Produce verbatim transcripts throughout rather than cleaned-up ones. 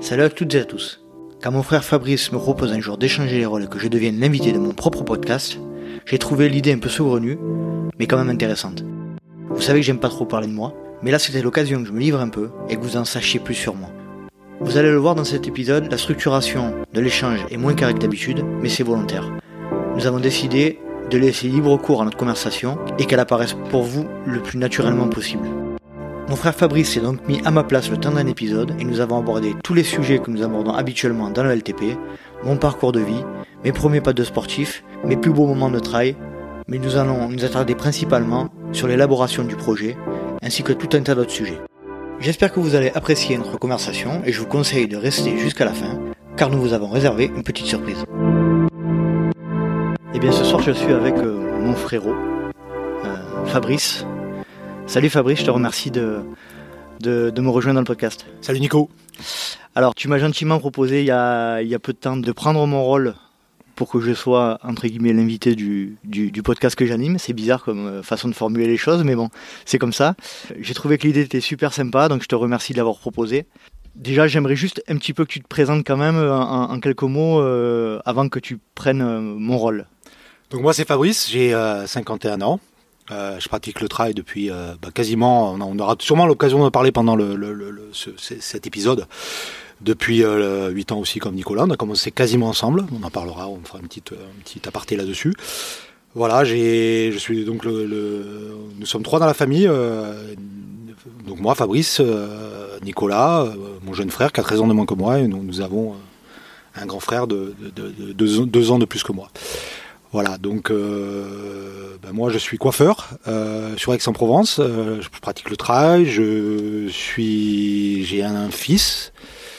Salut à toutes et à tous. Quand mon frère Fabrice me propose un jour d'échanger les rôles et que je devienne l'invité de mon propre podcast, j'ai trouvé l'idée un peu saugrenue, mais quand même intéressante. Vous savez que j'aime pas trop parler de moi, mais là c'était l'occasion que je me livre un peu et que vous en sachiez plus sur moi. Vous allez le voir dans cet épisode, la structuration de l'échange est moins carrée que d'habitude, mais c'est volontaire. Nous avons décidé de laisser libre cours à notre conversation et qu'elle apparaisse pour vous le plus naturellement possible. Mon frère Fabrice s'est donc mis à ma place le temps d'un épisode et nous avons abordé tous les sujets que nous abordons habituellement dans le L T P, mon parcours de vie, mes premiers pas de sportif, mes plus beaux moments de trail, mais nous allons nous attarder principalement sur l'élaboration du projet, ainsi que tout un tas d'autres sujets. J'espère que vous allez apprécier notre conversation et je vous conseille de rester jusqu'à la fin, car nous vous avons réservé une petite surprise. Et bien ce soir je suis avec euh, mon frérot, euh, Fabrice. Salut Fabrice, je te remercie de, de, de me rejoindre dans le podcast. Salut Nico. Alors tu m'as gentiment proposé il y, a, il y a peu de temps de prendre mon rôle pour que je sois entre guillemets l'invité du, du, du podcast que j'anime. C'est bizarre comme façon de formuler les choses, mais bon, c'est comme ça. J'ai trouvé que l'idée était super sympa, donc je te remercie de l'avoir proposé. Déjà, j'aimerais juste un petit peu que tu te présentes quand même en, en quelques mots euh, avant que tu prennes euh, mon rôle. Donc moi c'est Fabrice, j'ai euh, cinquante et un ans. Euh, je pratique le trail depuis euh, bah, quasiment, on, on aura sûrement l'occasion de parler pendant le, le, le, le, ce, cet épisode, depuis euh, huit ans aussi comme Nicolas, on a commencé quasiment ensemble, on en parlera, on fera une petite, une petite aparté là-dessus. Voilà, j'ai, je suis donc le, le, nous sommes trois dans la famille, euh, donc moi Fabrice, euh, Nicolas, euh, mon jeune frère qui a treize ans de moins que moi, et nous, nous avons un grand frère de, de, de, de deux, deux ans de plus que moi. Voilà, donc euh, ben moi je suis coiffeur euh, sur Aix-en-Provence, euh, je pratique le trail, je suis, j'ai un fils,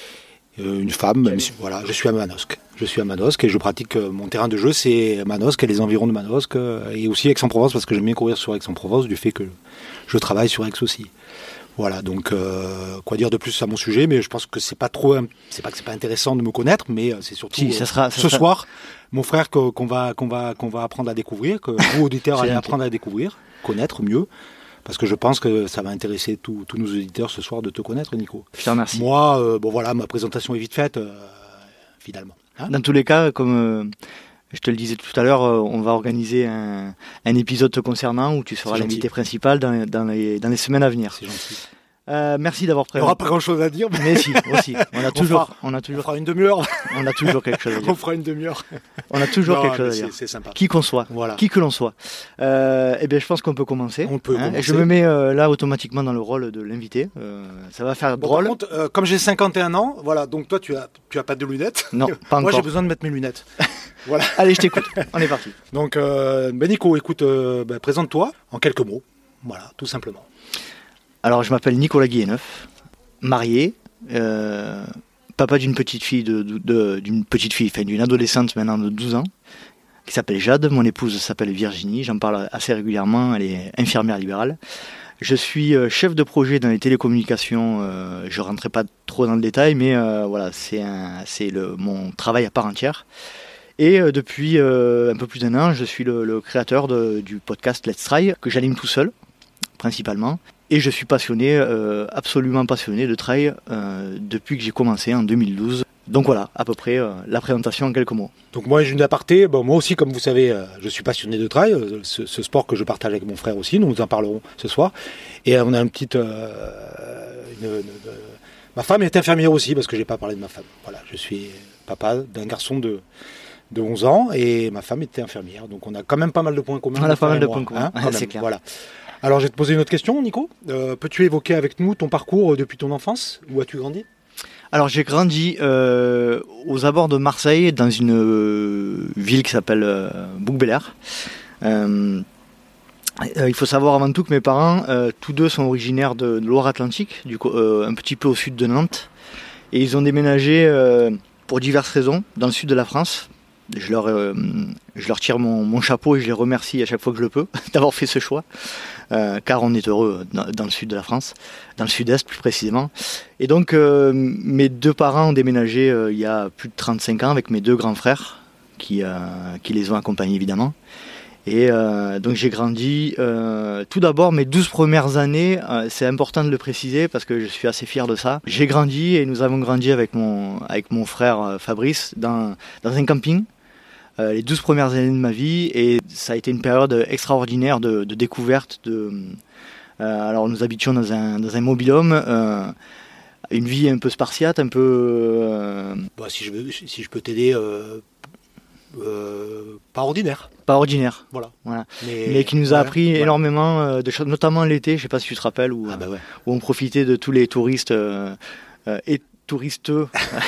euh, une femme, même si, voilà, je suis à Manosque. Je suis à Manosque et je pratique, euh, mon terrain de jeu c'est Manosque et les environs de Manosque euh, et aussi Aix-en-Provence parce que j'aime bien courir sur Aix-en-Provence du fait que je travaille sur Aix aussi. Voilà, donc euh, quoi dire de plus à mon sujet, mais je pense que c'est pas trop, c'est pas que c'est pas intéressant de me connaître, mais c'est surtout si, ça sera, ça ce sera... soir, mon frère que, qu'on va qu'on va qu'on va apprendre à découvrir, que vous auditeurs allez apprendre à découvrir, connaître mieux, parce que je pense que ça va intéresser tous tous nos auditeurs ce soir de te connaître, Nico. Je te remercie. Moi, euh, bon voilà, ma présentation est vite faite, euh, finalement. Hein Dans tous les cas, comme euh, je te le disais tout à l'heure, euh, on va organiser un, un épisode te concernant où tu seras l'invité principal dans, dans, les, dans les semaines à venir. C'est gentil. Euh, merci d'avoir présenté. Il n'y aura pas grand chose à dire, mais, mais si, aussi. On a on toujours, fera, on a toujours, on fera une demi-heure. On a toujours quelque chose à dire. On fera une demi-heure. On a toujours non, quelque chose à c'est, dire. C'est sympa. Qui qu'on soit, voilà. qui que l'on soit. Euh, eh bien, je pense qu'on peut commencer. On peut hein, commencer. Et je me mets euh, là automatiquement dans le rôle de l'invité. Euh, ça va faire bon, drôle. Par contre, euh, comme j'ai cinquante et un ans, voilà, donc toi tu as, tu as pas de lunettes. Non, pas encore. Moi j'ai besoin de mettre mes lunettes. Voilà. Allez, je t'écoute. On est parti. Donc, euh, ben Nico, écoute, euh, ben, présente-toi en quelques mots. Voilà, tout simplement. Alors, je m'appelle Nicolas Guilleneuf. Marié, euh, papa d'une petite fille, de, de, de, d'une petite fille, enfin d'une adolescente maintenant de douze ans, qui s'appelle Jade. Mon épouse s'appelle Virginie, j'en parle assez régulièrement, elle est infirmière libérale. Je suis chef de projet dans les télécommunications, euh, je ne rentrerai pas trop dans le détail, mais euh, voilà, c'est, un, c'est le, mon travail à part entière. Et euh, depuis euh, un peu plus d'un an, je suis le, le créateur de, du podcast Let's Try, que j'anime tout seul, principalement. Et je suis passionné, euh, absolument passionné de trail euh, depuis que j'ai commencé en deux mille douze. Donc voilà, à peu près euh, la présentation en quelques mots. Donc moi, j'ai une aparté. Bon, moi aussi, comme vous savez, euh, je suis passionné de trail, euh, ce, ce sport que je partage avec mon frère aussi. Nous, nous en parlerons ce soir. Et euh, on a une petite... Euh, une, une, une, ma femme est infirmière aussi, parce que j'ai pas parlé de ma femme. Voilà, je suis papa d'un garçon de... de onze ans et ma femme était infirmière. Donc on a quand même pas mal de points communs. On a pas mal de points communs, hein, c'est clair. Voilà. Alors, je vais te poser une autre question, Nico. Euh, peux-tu évoquer avec nous ton parcours depuis ton enfance ? Où as-tu grandi ? Alors, j'ai grandi euh, aux abords de Marseille, dans une euh, ville qui s'appelle euh, Bouc-Béliard. Euh, euh, il faut savoir avant tout que mes parents, euh, tous deux sont originaires de, de Loire-Atlantique, du coup, euh, un petit peu au sud de Nantes. Et ils ont déménagé euh, pour diverses raisons dans le sud de la France. Je leur, euh, je leur tire mon, mon chapeau et je les remercie à chaque fois que je le peux d'avoir fait ce choix, euh, car on est heureux dans, dans le sud de la France, dans le sud-est plus précisément. Et donc euh, mes deux parents ont déménagé euh, il y a plus de trente-cinq ans avec mes deux grands frères qui, euh, qui les ont accompagnés évidemment. Et euh, donc j'ai grandi, euh, tout d'abord mes douze premières années, euh, c'est important de le préciser parce que je suis assez fier de ça. J'ai grandi et nous avons grandi avec mon, avec mon frère euh, Fabrice dans, dans un camping, euh, les douze premières années de ma vie, et ça a été une période extraordinaire de, de découverte. De, euh, alors nous habitions dans un, dans un mobil-home, euh, une vie un peu spartiate, un peu... Euh, bah, si, je veux, si je peux t'aider... Euh... Euh, pas ordinaire. Pas ordinaire. Voilà. voilà. Mais, Mais qui nous a ouais, appris ouais. énormément euh, de choses, notamment l'été, je sais pas si tu te rappelles, où, ah bah ouais. où on profitait de tous les touristes euh, euh, et touristeux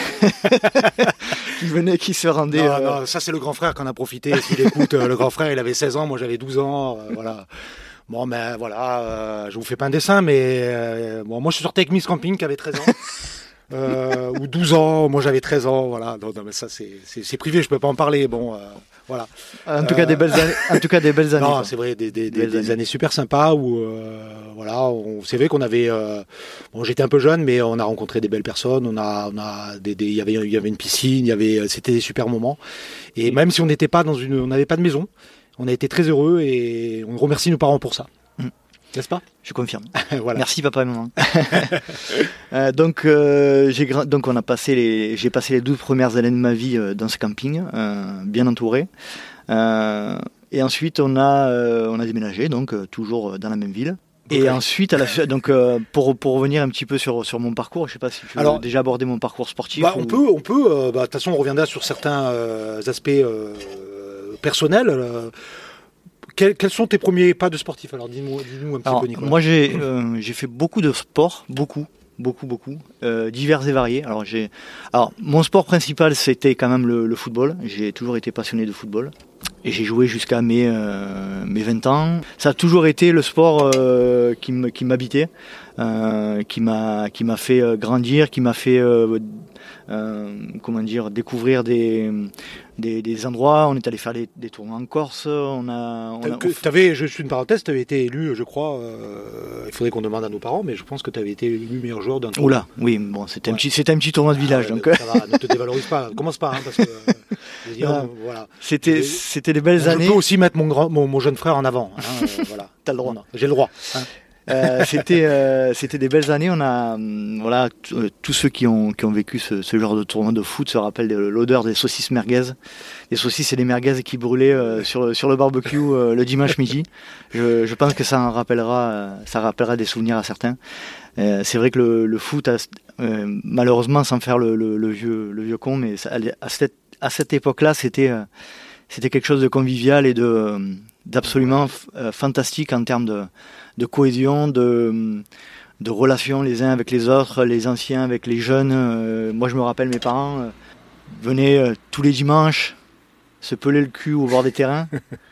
qui venaient, qui se rendaient. Non, euh... non, ça c'est le grand frère qu'on a profité. S'il écoute, euh, le grand frère, il avait seize ans, moi j'avais douze ans. Euh, voilà. Bon, ben voilà, euh, je vous fais pas un dessin, mais euh, bon, moi je suis sorti avec Miss Camping qui avait treize ans. Euh, ou douze ans, moi j'avais treize ans, voilà. Non, non mais ça c'est, c'est, c'est privé, je peux pas en parler. Bon, euh, voilà. En tout euh, cas des belles années. En tout cas des belles années. Non, quoi. c'est vrai, des, des, des, Belles des années. années super sympas où, euh, voilà, on, c'est vrai qu'on avait, euh, bon, j'étais un peu jeune, mais on a rencontré des belles personnes. On a, on a, des, des, il y avait, il y avait une piscine, il y avait, c'était des super moments. Et même si on n'était pas dans une, on n'avait pas de maison, on a été très heureux et on remercie nos parents pour ça. Mm. N'est-ce pas ? Je confirme. Voilà. Merci papa et maman. euh, donc, euh, j'ai gra- donc on a passé les, j'ai passé les douze premières années de ma vie euh, dans ce camping, euh, bien entouré. Euh, et ensuite on a, euh, on a déménagé, donc euh, toujours dans la même ville. Et Okay. ensuite, à la, donc euh, pour pour revenir un petit peu sur sur mon parcours, je sais pas si tu veux Alors, déjà aborder mon parcours sportif. Bah, ou... on peut, on peut. Euh, bah, de toute façon, on reviendra sur certains euh, aspects euh, personnels. Euh, Quels, quels sont tes premiers pas de sportif ? Alors dis-nous, dis-nous un petit Alors, peu, Nicolas. moi, j'ai euh, j'ai fait beaucoup de sport, beaucoup, beaucoup, beaucoup, euh, divers et variés. Alors, j'ai, alors, mon sport principal, c'était quand même le, le football. J'ai toujours été passionné de football. Et j'ai joué jusqu'à mes, euh, mes vingt ans. Ça a toujours été le sport euh, qui, m- qui m'habitait, euh, qui m'a, qui m'a fait euh, grandir, qui m'a fait euh, euh, comment dire, découvrir des, des, des endroits. On est allé faire des, des tournois en Corse. On a, on a, Que, t'avais, je suis une parenthèse, tu avais été élu, je crois, euh, il faudrait qu'on demande à nos parents, mais je pense que tu avais été élu meilleur joueur d'un tournoi. Oula, oui, bon, c'était Ouais. un petit, c'était un petit tournoi de village, Ah ouais, donc ça va, ne te dévalorise pas, commence pas, hein, parce que, euh, je veux dire, Non. euh, voilà. c'était, Et- c'était des belles Je années. peux aussi mettre mon, grand, mon, mon jeune frère en avant, hein, euh, voilà. T'as le droit. Non, non, j'ai le droit. Hein. Euh, c'était, euh, c'était des belles années. On a, hum, voilà, t- euh, tous ceux qui ont, qui ont vécu ce, ce genre de tournoi de foot se rappellent de l'odeur des saucisses merguez, des saucisses et des merguez qui brûlaient euh, sur, sur le barbecue euh, le dimanche midi. Je, je pense que ça en rappellera, euh, ça rappellera des souvenirs à certains. Euh, c'est vrai que le, le foot, a, euh, malheureusement, sans faire le, le, le vieux, le vieux con, mais ça, à cette, à cette époque-là, c'était, euh, c'était quelque chose de convivial et de, euh, d'absolument f- euh, fantastique en termes de de cohésion, de, de relations les uns avec les autres, les anciens avec les jeunes. Euh, moi, je me rappelle, mes parents euh, venaient euh, tous les dimanches se peler le cul au bord des terrains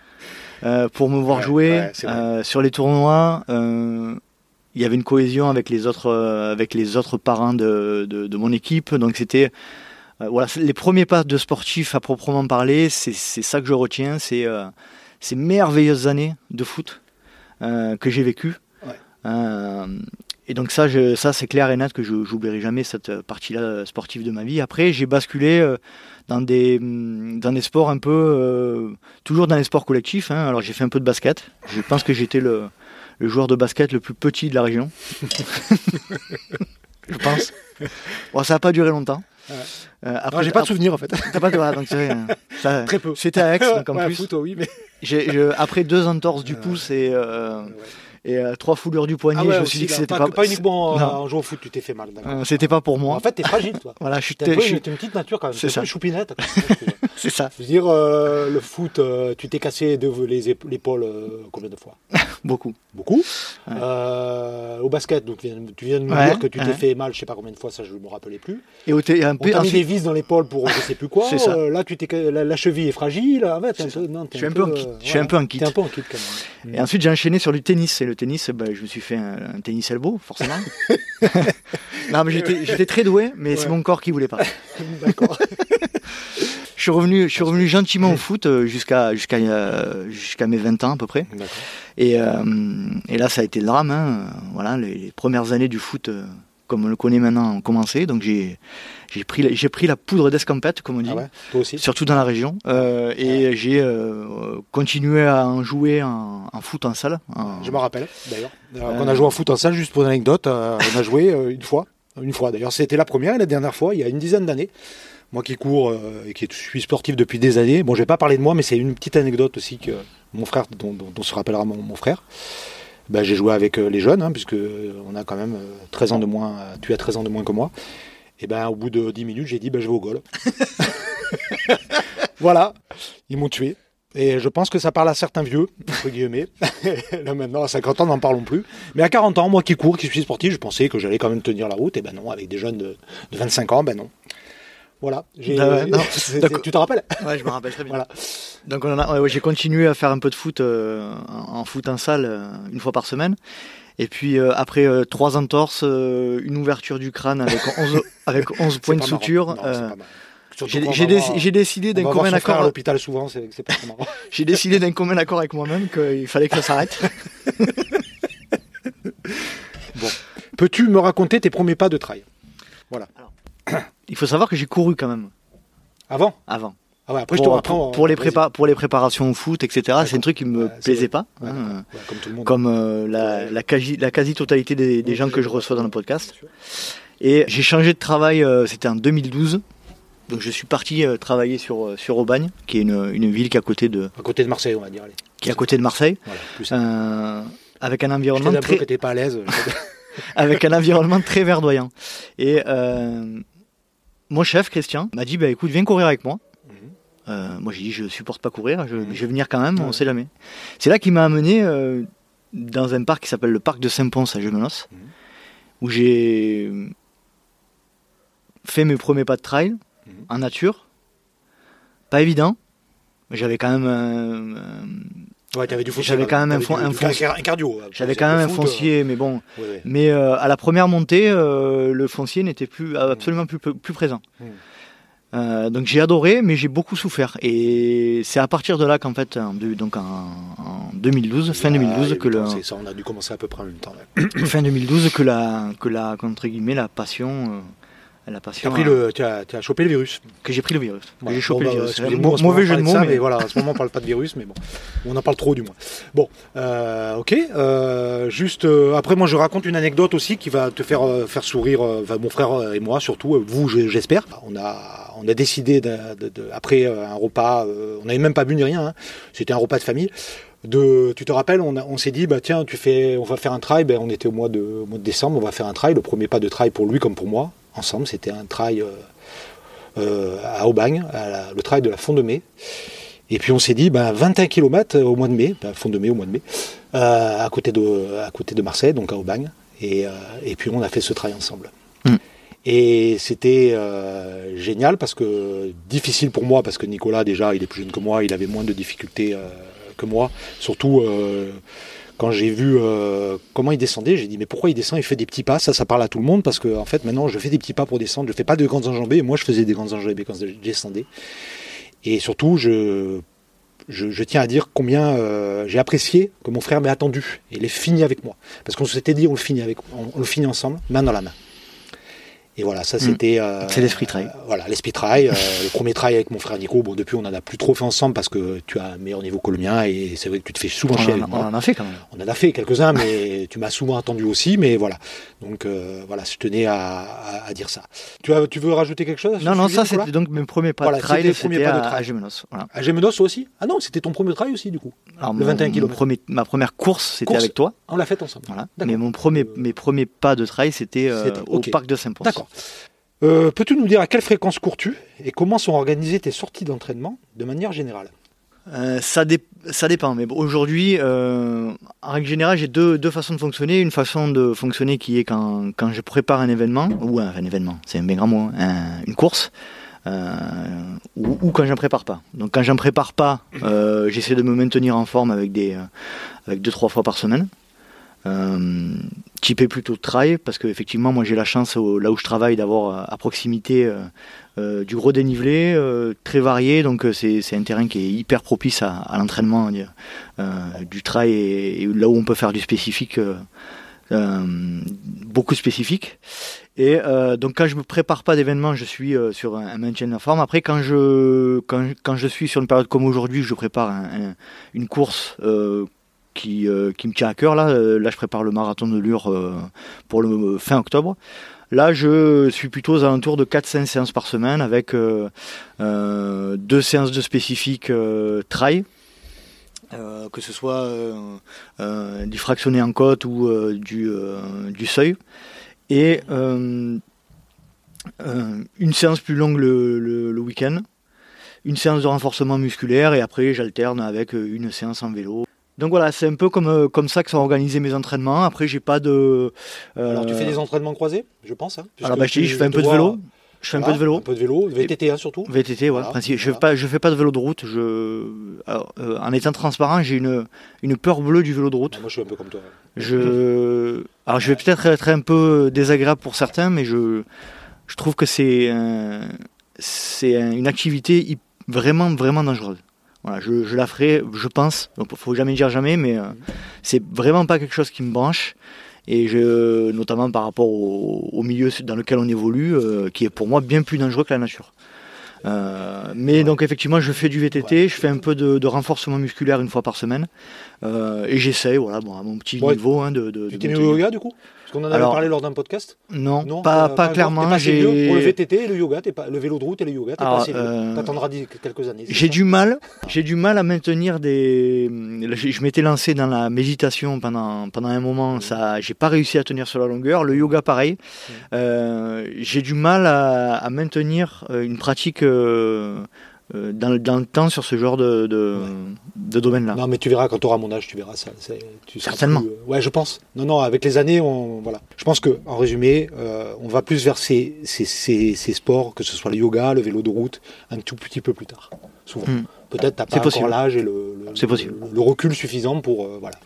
euh, pour me voir Ouais, jouer. ouais, c'est vrai. Euh, sur les tournois, euh, il y avait une cohésion avec les autres, euh, avec les autres parents de, de, de mon équipe. Donc, c'était euh, voilà, c'est les premiers pas de sportif à proprement parler. C'est, c'est ça que je retiens. C'est euh, ces merveilleuses années de foot. Euh, que j'ai vécu. Ouais. Euh, et donc ça, je, ça c'est clair et net que je n'oublierai jamais cette partie-là sportive de ma vie. Après, j'ai basculé euh, dans, des, dans des sports un peu... Euh, toujours dans les sports collectifs. Hein. Alors j'ai fait un peu de basket. Je pense que j'étais le, le joueur de basket le plus petit de la région. Je pense. Bon, ça n'a pas duré longtemps. Ouais. Euh, après, Non, j'ai pas de souvenir en fait. T'as pas de voilà, donc c'est, euh, ça, Très peu. C'était à Aix, donc en Ouais, plus. foot, oui, mais. J'ai, je, après deux entorses du Euh, pouce et, euh, Ouais. et euh, trois foulures du poignet, Ah ouais, je me aussi, suis dit que là, c'était pas, pas, pas uniquement non. euh, en jouant au foot, tu t'es fait mal. D'accord. Euh, c'était pas pour moi. En fait, t'es fragile, toi. Voilà, je suis, T'as un je peu suis- une, t'as une petite nature quand même. C'est T'es un ça. peu choupinette. Je c'est ça, veux dire, euh, le foot, euh, tu t'es cassé de, les ép- l'épaule euh, combien de fois ? beaucoup. Beaucoup. Ouais. Euh, au basket, donc tu viens, tu viens de nous Ouais, dire que tu t'es ouais. fait mal, je sais pas combien de fois, ça je me rappelais plus. Et au thé- un On peu, t'a mis des ensuite, vis dans l'épaule pour je sais plus quoi. C'est ça. Euh, là, tu t'es, la, la cheville est fragile. Ah ouais, t'es un C'est peu, non, t'es Je suis un peu en euh, kit. Je suis voilà. un peu en kit. T'es un peu en kit quand même. Et ensuite, j'ai enchaîné sur du tennis. Et le tennis, ben, je me suis fait un, un tennis elbow, forcément. non, mais j'étais, j'étais très doué, mais c'est Ouais. mon corps qui voulait pas. D'accord. Je suis revenu, je suis revenu gentiment au foot euh, jusqu'à, jusqu'à, euh, jusqu'à mes vingt ans à peu près. D'accord. Et, euh, et là, ça a été le drame. Hein. Voilà, les, les premières années du foot euh, comme on le connaît maintenant, commencé. Donc j'ai, j'ai, pris, la, j'ai pris la poudre d'escampette, comme on dit, ah ouais, toi aussi. surtout dans la région. Euh, et ouais. j'ai euh, continué à en jouer en, en foot en salle. En... Je me rappelle, d'ailleurs. Euh, on a joué en foot en salle, juste pour une anecdote. Euh, on a joué euh, une fois. Une fois, d'ailleurs, c'était la première et la dernière fois, il y a une dizaine d'années. Moi qui cours euh, et qui suis sportif depuis des années. Bon, je vais pas parler de moi, mais c'est une petite anecdote aussi que mon frère, dont, dont, dont se rappellera mon, mon frère. Ben, j'ai joué avec euh, les jeunes, hein, puisque on a quand même euh, treize ans de moins. Euh, tu as treize ans de moins que moi. Et ben, au bout de dix minutes, j'ai dit, ben, je vais au goal. Voilà, ils m'ont tué. Et je pense que ça parle à certains vieux, entre guillemets. Là maintenant, à cinquante ans, n'en parlons plus. Mais à quarante ans, moi qui cours, qui suis sportif, je pensais que j'allais quand même tenir la route. Et ben non, avec des jeunes de, de vingt-cinq ans, ben non. Voilà. J'ai... Ah ouais, non, c'est, c'est, tu te rappelles? Ouais, je me rappelle très bien. Voilà. Donc on en a, ouais, j'ai continué à faire un peu de foot, euh, en foot en salle, euh, une fois par semaine. Et puis euh, après euh, trois entorses, euh, une ouverture du crâne avec onze, avec onze points de suture. Non, euh, J'ai, j'ai, déc- j'ai décidé d'un commun accord à l'hôpital souvent, c'est, c'est pas marrant. J'ai décidé d'un commun accord avec moi-même qu'il fallait que ça s'arrête. Bon, peux-tu me raconter tes premiers pas de trail? Voilà. Alors, il faut savoir que j'ai couru quand même. Avant. Avant. Ah ouais, après pour, je te reprends. Pour, pour les prépa- pour les préparations au foot, et cetera. D'accord. C'est un truc qui me ouais, plaisait pas. Ouais, hein, ouais, comme tout le monde. Comme euh, la, ouais. la, quasi, la quasi-totalité des, des ouais, gens que je reçois dans le podcast. Et j'ai changé de travail. Euh, c'était en deux mille douze. Donc je suis parti euh, travailler sur, euh, sur Aubagne, qui est une, une ville qui est à côté de... À côté de Marseille, on va dire. Allez. Qui est à côté de Marseille. Voilà, plus euh, avec un environnement très... très... pas à l'aise. avec un environnement très verdoyant. Et euh, mon chef, Christian, m'a dit, bah, écoute, viens courir avec moi. Mm-hmm. Euh, moi j'ai dit, je supporte pas courir, je, mm-hmm. je vais venir quand même, mm-hmm. on sait jamais. C'est là qu'il m'a amené euh, dans un parc qui s'appelle le parc de Saint-Pons à Gémenos, mm-hmm. où j'ai fait mes premiers pas de trail. En nature, pas évident. J'avais quand même un, un... ouais, t'avais du foncier. J'avais quand même un, fon... du, un, du foncier. Un cardio. J'avais quand même un foot, foncier, euh... mais bon. Ouais, ouais. Mais euh, à la première montée, euh, le foncier n'était plus absolument plus, plus présent. Mmh. Euh, donc j'ai adoré, mais j'ai beaucoup souffert. Et c'est à partir de là qu'en fait, en, donc en, en deux mille douze, fin deux mille douze, que le. C'est ça, on a dû commencer à peu près en même temps. Ouais. Fin deux mille douze, que la, que la, entre guillemets, la passion. Euh, La passion, tu as pris le, tu as, tu as chopé le virus. Que j'ai pris le virus. Voilà. J'ai chopé bon, le bah, virus. Mo- mauvais jeu de mots, ça, mais... mais voilà, à ce moment on parle pas de virus, mais bon, on en parle trop du moins. Bon, euh, ok. Euh, juste euh, après, moi je raconte une anecdote aussi qui va te faire euh, faire sourire, euh, mon frère et moi surtout, euh, vous j'espère. On a on a décidé de, de, de, après euh, un repas, euh, on n'avait même pas bu ni rien. Hein, c'était un repas de famille. De, tu te rappelles, on, a, on s'est dit, bah tiens, tu fais, on va faire un trail. Ben, on était au mois de, au mois de décembre, on va faire un trail. Le premier pas de trail pour lui comme pour moi, ensemble, c'était un trail euh, euh, à Aubagne, à la, le trail de la Fond de Mai. Et puis on s'est dit, bah, vingt et un kilomètres au mois de mai, bah, Fond de Mai au mois de mai, euh, à côté de, à côté de Marseille, donc à Aubagne. Et, euh, et puis on a fait ce trail ensemble. Mm. Et c'était euh, génial parce que difficile pour moi parce que Nicolas déjà, il est plus jeune que moi, il avait moins de difficultés. Euh, que moi, surtout euh, quand j'ai vu euh, comment il descendait, j'ai dit mais pourquoi il descend, il fait des petits pas, ça ça parle à tout le monde parce que en fait maintenant je fais des petits pas pour descendre, je fais pas de grandes enjambées, et moi je faisais des grandes enjambées quand je descendais. Et surtout je je, je tiens à dire combien euh, j'ai apprécié que mon frère m'ait attendu et il est fini avec moi parce qu'on s'était dit on le finit avec on, on le finit ensemble, main dans la main. Et voilà, ça c'était... Euh, c'est l'esprit trail. Euh, voilà, l'esprit trail. euh, le premier trail avec mon frère Nico, bon depuis on n'en a plus trop fait ensemble parce que tu as un meilleur niveau que le mien et c'est vrai que tu te fais souvent chier avec moi. On en a fait quand même. On en a fait quelques-uns, mais tu m'as souvent attendu aussi, mais voilà. Donc euh, voilà, je tenais à, à, à dire ça. Tu, as, tu veux rajouter quelque chose? Non, non, ça Nicolas c'était donc mes premiers pas voilà, de trail, c'était, c'était pas à, de trail. à Gémenos. Voilà. À Gémenos aussi? Ah non, c'était ton premier trail aussi du coup. Alors, le mon, vingt et un kilomètres. Premier, ma première course, c'était course, avec toi. On l'a faite ensemble. Voilà. Mais mon premier, euh... mes premiers pas de trail, c'était, euh, c'était au okay. parc de Saint-Pons. D'accord. Euh, peux-tu nous dire à quelle fréquence cours-tu et comment sont organisées tes sorties d'entraînement de manière générale? euh, ça, dé- ça dépend, mais bon, aujourd'hui, euh, en règle générale, j'ai deux, deux façons de fonctionner. Une façon de fonctionner qui est quand, quand je prépare un événement, ou un, un événement, c'est un bien grand mot, un, une course, euh, ou, ou quand j'en prépare pas. Donc quand j'en prépare pas, euh, j'essaie de me maintenir en forme avec des, euh, avec deux trois fois par semaine. Euh, typé plutôt trail parce que effectivement moi j'ai la chance au, là où je travaille d'avoir à proximité euh, euh, du gros dénivelé euh, très varié, donc c'est, c'est un terrain qui est hyper propice à, à l'entraînement euh, du trail et, et là où on peut faire du spécifique euh, euh, beaucoup spécifiques. Et euh, donc quand je me prépare pas d'événement, je suis euh, sur un, un maintien de la forme. Après, quand je quand, quand je suis sur une période comme aujourd'hui, je prépare un, un, une course euh, qui euh, qui me tient à cœur. Là, euh, là, je prépare le marathon de Lure euh, pour le fin octobre. Là, je suis plutôt aux alentours de quatre à cinq séances par semaine avec euh, euh, deux séances de spécifiques euh, trail. Euh, que ce soit euh, euh, du fractionné en côte ou euh, du, euh, du seuil. Et euh, euh, une séance plus longue le, le, le week-end, une séance de renforcement musculaire et après j'alterne avec une séance en vélo. Donc voilà, c'est un peu comme, comme ça que sont organisés mes entraînements. Après, j'ai pas de... Euh, alors tu fais des entraînements croisés, je pense hein, alors bah, je te dis, je fais un peu de vélo. Je fais voilà, un peu de vélo. Un peu de vélo, V T T hein, surtout. V T T, ouais. Voilà, je ne voilà. fais, fais pas de vélo de route. Je, alors, euh, en étant transparent, j'ai une, une peur bleue du vélo de route. Moi, je suis un peu comme toi. Je, alors, je vais peut-être être un peu désagréable pour certains, mais je, je trouve que c'est, un, c'est une activité vraiment, vraiment dangereuse. Voilà, je, je la ferai, je pense. Donc, faut jamais dire jamais, mais euh, c'est vraiment pas quelque chose qui me branche. Et je, notamment par rapport au, au milieu dans lequel on évolue, euh, qui est pour moi bien plus dangereux que la nature. Euh, mais ouais. Donc effectivement, je fais du V T T, ouais. je fais un peu de, de renforcement musculaire une fois par semaine, euh, et j'essaie, voilà, bon, à mon petit ouais. niveau, hein, de, de. Tu t'es mis au yoga du coup? Parce qu'on en avait Alors, parlé lors d'un podcast. Non, non pas, pas, pas clairement. T'es j'ai... mieux pour le V T T et le yoga, t'es pas, le vélo de route et le yoga, t'es Alors, pas assez euh... T'attendras quelques années. J'ai ça du mal, j'ai du mal à maintenir des. Je m'étais lancé dans la méditation pendant pendant un moment, mmh. ça, j'ai pas réussi à tenir sur la longueur. Le yoga, pareil. Mmh. Euh, j'ai du mal à, à maintenir une pratique. Euh, Dans le, dans le temps sur ce genre de, de, ouais. de domaine-là. Non, mais tu verras quand tu auras mon âge, tu verras ça. C'est, tu Certainement. Plus, euh, ouais, je pense. Non, non, avec les années, on, voilà. Je pense que, en résumé, euh, on va plus vers ces, ces, ces, ces sports, que ce soit le yoga, le vélo de route, un tout petit peu plus tard. Souvent. Mmh. Peut-être t'as pas C'est encore possible. l'âge et le, le, C'est possible. le, le recul suffisant pour, euh, voilà.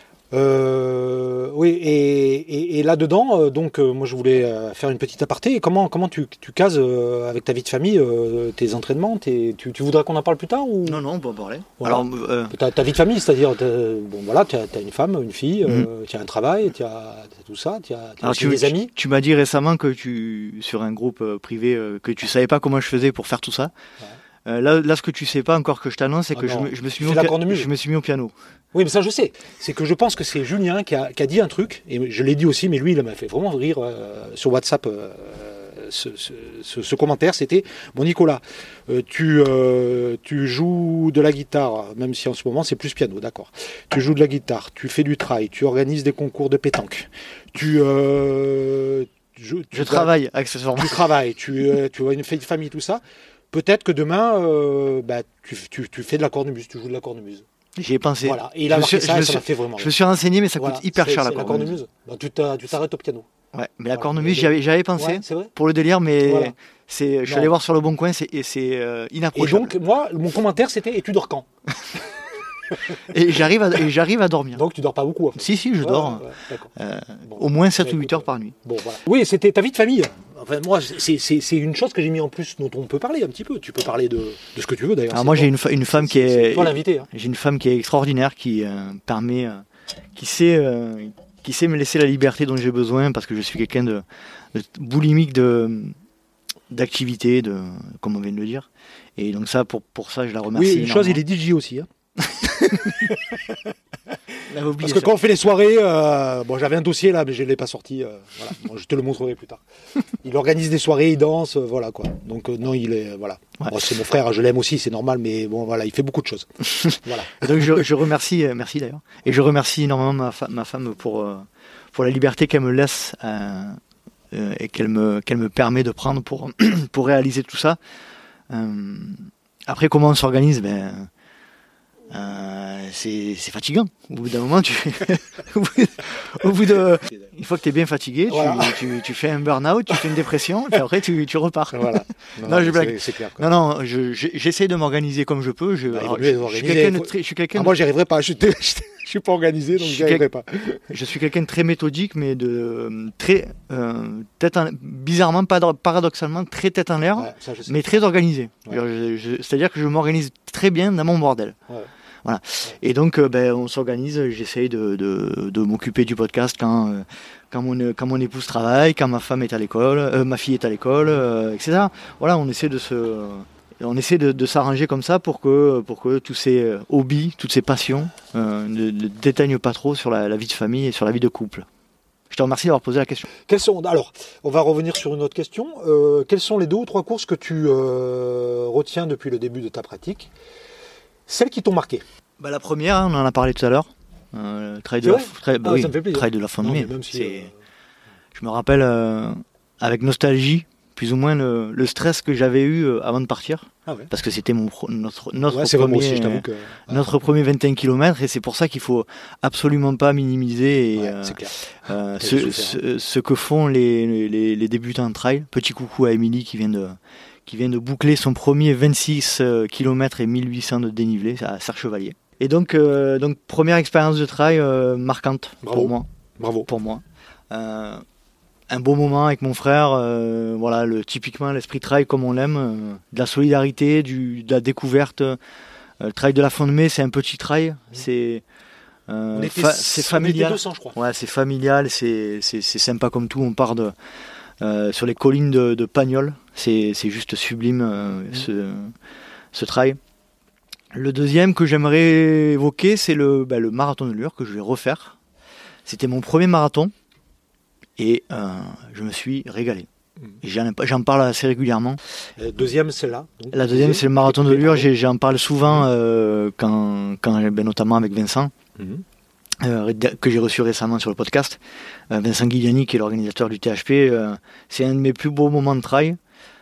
Euh, oui, et, et, et là-dedans, euh, donc, euh, moi je voulais euh, faire une petite aparté. Comment, comment tu, tu cases euh, avec ta vie de famille euh, tes entraînements tes, tu, tu voudrais qu'on en parle plus tard ou... Non, non, on peut en parler. Voilà. Alors, euh... ta, ta vie de famille, c'est-à-dire, bon, voilà, tu as une femme, une fille, mm-hmm. euh, tu as un travail, tu as tout ça, tu as, as tu, des amis. Tu, tu m'as dit récemment que tu, sur un groupe euh, privé, euh, que tu savais pas comment je faisais pour faire tout ça. Ouais. Euh, là, là, ce que tu sais pas encore que je t'annonce, c'est ah que je me, je, me suis mis au pia- je me suis mis au piano. Oui, mais ça, je sais. C'est que je pense que c'est Julien qui a, qui a dit un truc, et je l'ai dit aussi, mais lui, il m'a fait vraiment rire euh, sur WhatsApp. Euh, ce, ce, ce, ce commentaire, c'était bon, Nicolas, euh, tu, euh, tu joues de la guitare, même si en ce moment c'est plus piano, d'accord. Tu joues de la guitare, tu fais du trail, tu organises des concours de pétanque, tu. Euh, je tu je travaille accessoirement. Tu travailles, tu, euh, tu as une famille, tout ça. Peut-être que demain, euh, bah, tu, tu, tu fais de la cornemuse, tu joues de la cornemuse. J'y ai pensé. Voilà. Et il a marqué ça, et ça m'a fait vraiment. Je me suis renseigné, mais ça coûte voilà. hyper c'est, cher c'est la cornemuse. La cornemuse. Bah, tu, t'arrêtes au piano. Ouais, mais voilà. La cornemuse, j'avais, j'avais pensé ouais, c'est vrai pour le délire, mais voilà. c'est, je suis non. allé voir sur le Bon Coin, c'est, et c'est euh, inapprochable. Et donc, moi, mon commentaire, c'était « Et tu dors quand ?» Et j'arrive à, et j'arrive à dormir. Donc tu dors pas beaucoup en fait. Si, si, je ouais, dors ouais, euh, bon, au moins sept ou huit heures par nuit. Bon, voilà. Oui, c'était ta vie de famille. Enfin, moi, c'est, c'est, c'est une chose que j'ai mis en plus dont on peut parler un petit peu. Tu peux parler de, de ce que tu veux d'ailleurs. Alors moi, j'ai une, fa- une femme c'est, qui est. C'est toi l'invité. Hein. J'ai une femme qui est extraordinaire, qui euh, permet, euh, qui sait, euh, qui sait me laisser la liberté dont j'ai besoin parce que je suis quelqu'un de, de boulimique de d'activité, de, comme on vient de le dire. Et donc ça, pour pour ça, je la remercie. Oui, une chose, il est D J aussi. Hein. Parce que ça. quand on fait les soirées, euh, bon, j'avais un dossier là, mais je ne l'ai pas sorti. Euh, voilà. Bon, je te le montrerai plus tard. Il organise des soirées, il danse, euh, voilà quoi. Donc euh, non, il est voilà. Ouais. Bon, c'est mon frère, je l'aime aussi, c'est normal, mais bon voilà, il fait beaucoup de choses. Voilà. Donc je, je remercie, euh, merci d'ailleurs, et je remercie énormément ma, fa- ma femme pour euh, pour la liberté qu'elle me laisse euh, euh, et qu'elle me qu'elle me permet de prendre pour pour réaliser tout ça. Euh, après, comment on s'organise, ben. Euh, c'est, c'est fatigant. Au bout d'un moment, tu au bout de, une fois que tu es bien fatigué, voilà. tu, tu, tu fais un burn-out, tu fais une dépression, puis après tu, tu repars. Voilà. Non, non, non je blague. C'est, c'est clair, quoi. Non, non, je, je, j'essaie de m'organiser comme je peux. Je, bah, alors, je, je suis quelqu'un de très, je suis quelqu'un. Ah, moi, j'y arriverai pas. Je, je, je suis pas organisé, donc j'y arriverai pas. Je suis quelqu'un de très méthodique, mais de très euh, tête en, bizarrement, paradoxalement, très tête en l'air, ouais, ça, mais très organisé. Ouais. Je, je, c'est-à-dire que je m'organise très bien dans mon bordel. Ouais. Voilà. Et donc, euh, ben, on s'organise. J'essaye de, de, de m'occuper du podcast quand, euh, quand, mon, quand mon épouse travaille, quand ma femme est à l'école, euh, ma fille est à l'école, euh, et cetera. Voilà, on essaie de se, on essaie de, de s'arranger comme ça pour que, pour que tous ces hobbies, toutes ces passions euh, ne, ne déteignent pas trop sur la, la vie de famille et sur la vie de couple. Je te remercie d'avoir posé la question. Quelles sont, alors, on va revenir sur une autre question. Euh, quelles sont les deux ou trois courses que tu euh, retiens depuis le début de ta pratique? Celles qui t'ont marqué? Bah, la première, on en a parlé tout à l'heure. Euh, le trail de la, tra- bah ah, oui, ça me fait plaisir. trail de la fin de mai. Si, euh... Je me rappelle euh, avec nostalgie, plus ou moins, le, le stress que j'avais eu euh, avant de partir. Ah ouais. Parce que c'était mon, notre, notre, ouais, premier, aussi, que... notre premier vingt et un kilomètres. Et c'est pour ça qu'il ne faut absolument pas minimiser et, ouais, euh, clair. euh, ce, ce, ce que font les, les, les débutants de trail. Petit coucou à Émilie qui vient de... qui vient de boucler son premier vingt-six kilomètres et mille huit cents de dénivelé à Serre-Chevalier. Et donc, euh, donc première expérience de trail euh, marquante Bravo. pour moi. Bravo. Pour moi. Euh, un beau moment avec mon frère, euh, voilà, le, typiquement l'esprit trail comme on l'aime, euh, de la solidarité, du, de la découverte. Euh, le trail de la fin de mai, c'est un petit trail, mmh. c'est, euh, était, fa- c'est familial. deux cents, je crois. Ouais, c'est familial, c'est, c'est, c'est sympa comme tout. On part de, euh, sur les collines de, de Pagnol, c'est, c'est juste sublime euh, mmh. ce, ce trail. Le deuxième que j'aimerais évoquer, c'est le, bah, le marathon de Lure que je vais refaire. C'était mon premier marathon. Et euh, je me suis régalé. Et j'en, j'en parle assez régulièrement. La deuxième, c'est là. Donc, la deuxième, c'est le marathon de Lure. J'ai, j'en parle souvent, euh, quand, quand, ben, notamment avec Vincent, mmh. euh, que j'ai reçu récemment sur le podcast. Euh, Vincent Guiliani, qui est l'organisateur du T H P. Euh, c'est un de mes plus beaux moments de trail.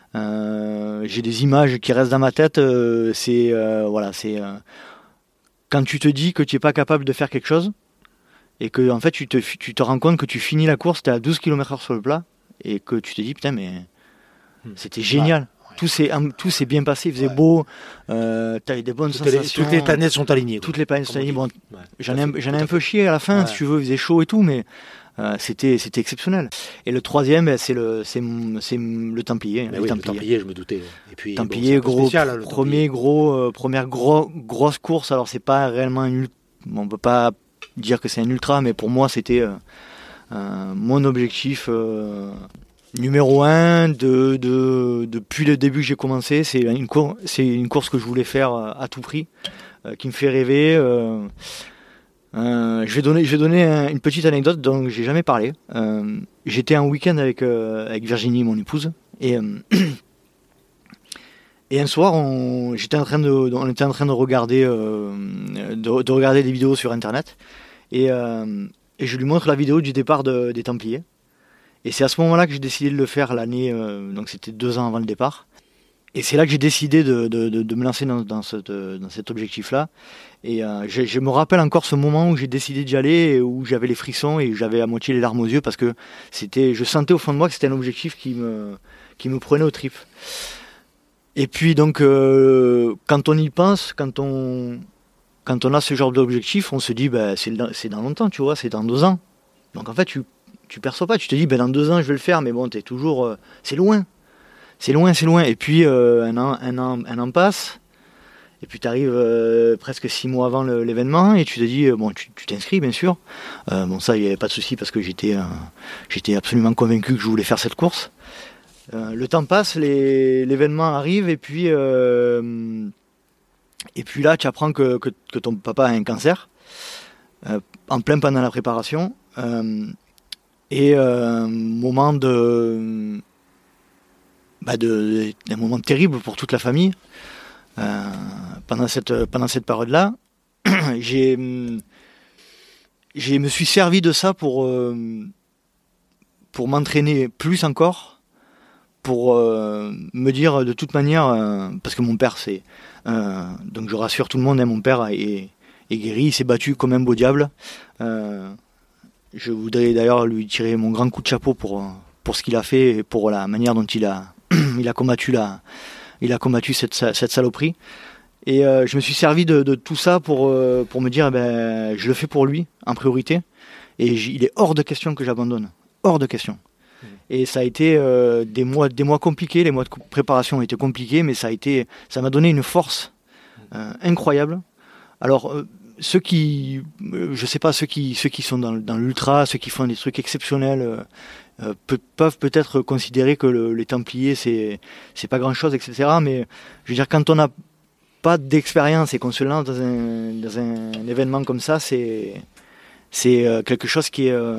Euh, j'ai des images qui restent dans ma tête. Euh, c'est, euh, voilà, c'est euh, quand tu te dis que tu n'es pas capable de faire quelque chose, et que en fait tu te, tu te rends compte que tu finis la course, tu es à douze kilomètres heure sur le plat, et que tu te dis putain mais c'était génial, ouais, ouais. Tout, s'est, tout s'est bien passé, il faisait ouais. beau, euh, tu as eu des bonnes toutes sensations. Les, toutes les planètes sont alignées. Toutes les planètes sont alignées. Bon, ouais, j'en ai, un, j'en ai un peu chié à la fin, ouais. si tu veux, il faisait chaud et tout, mais euh, c'était, c'était exceptionnel. Et le troisième, c'est le, c'est, c'est le Templier. Le, oui, Templier. le Templier, je me doutais. Et puis, Templier, bon, gros, spécial, hein, le premier Templier. gros, euh, première gros, grosse course, alors c'est pas réellement un, bon, on peut pas dire que c'est un ultra, mais pour moi c'était euh, euh, mon objectif euh, numéro un de, de, depuis le début que j'ai commencé. C'est une, cour- c'est une course que je voulais faire à tout prix, euh, qui me fait rêver. Euh, euh, je vais donner, je vais donner un, une petite anecdote dont j'ai jamais parlé. Euh, j'étais un week-end avec, euh, avec Virginie, mon épouse, et, euh, et un soir, on, j'étais en train de, on était en train de regarder, euh, de, de regarder des vidéos sur Internet. Et, euh, et je lui montre la vidéo du départ de, des Templiers. Et c'est à ce moment-là que j'ai décidé de le faire l'année, euh, donc c'était deux ans avant le départ. Et c'est là que j'ai décidé de, de, de, de me lancer dans, dans, cette, dans cet objectif-là. Et euh, je, je me rappelle encore ce moment où j'ai décidé d'y aller, et où j'avais les frissons et j'avais à moitié les larmes aux yeux, parce que c'était, je sentais au fond de moi que c'était un objectif qui me, qui me prenait aux tripes. Et puis donc, euh, quand on y pense, quand on... Quand on a ce genre d'objectif, on se dit bah, c'est, dans, c'est dans longtemps, tu vois, c'est dans deux ans. Donc en fait, tu tu perçois pas, tu te dis bah, dans deux ans je vais le faire, mais bon, t'es toujours, euh, c'est loin, c'est loin, c'est loin. Et puis euh, un an, un an, un an passe, et puis tu arrives euh, presque six mois avant le, l'événement, et tu te dis euh, bon, tu, tu t'inscris bien sûr. Euh, bon ça, il y avait pas de souci parce que j'étais, euh, j'étais absolument convaincu que je voulais faire cette course. Euh, le temps passe, les, l'événement arrive, et puis euh, Et puis là, tu apprends que, que, que ton papa a un cancer, euh, en plein pendant la préparation. Euh, et euh, moment de, bah de, un moment terrible pour toute la famille. Euh, pendant cette, pendant cette période-là, j'ai, j'ai me suis servi de ça pour, euh, pour m'entraîner plus encore, pour euh, me dire de toute manière, euh, parce que mon père c'est... Euh, donc je rassure tout le monde, hein, mon père est, est guéri, il s'est battu comme un beau diable. Euh, je voudrais d'ailleurs lui tirer mon grand coup de chapeau pour, pour ce qu'il a fait et pour la manière dont il a, il a combattu, la, il a combattu cette, cette saloperie. Et euh, je me suis servi de, de tout ça pour, euh, pour me dire, ben, je le fais pour lui en priorité. Et il est hors de question que j'abandonne. Hors de question. Et ça a été euh, des mois, des mois compliqués. Les mois de préparation ont été compliqués, mais ça a été, ça m'a donné une force euh, incroyable Alors, euh, ceux qui, euh, je sais pas, ceux qui, ceux qui sont dans, dans l'ultra, ceux qui font des trucs exceptionnels, euh, euh, pe- peuvent peut-être considérer que le, les Templiers, c'est, c'est pas grand-chose, et cetera. Mais je veux dire, quand on n'a pas d'expérience et qu'on se lance dans un, dans un événement comme ça, c'est, c'est euh, quelque chose qui est, euh,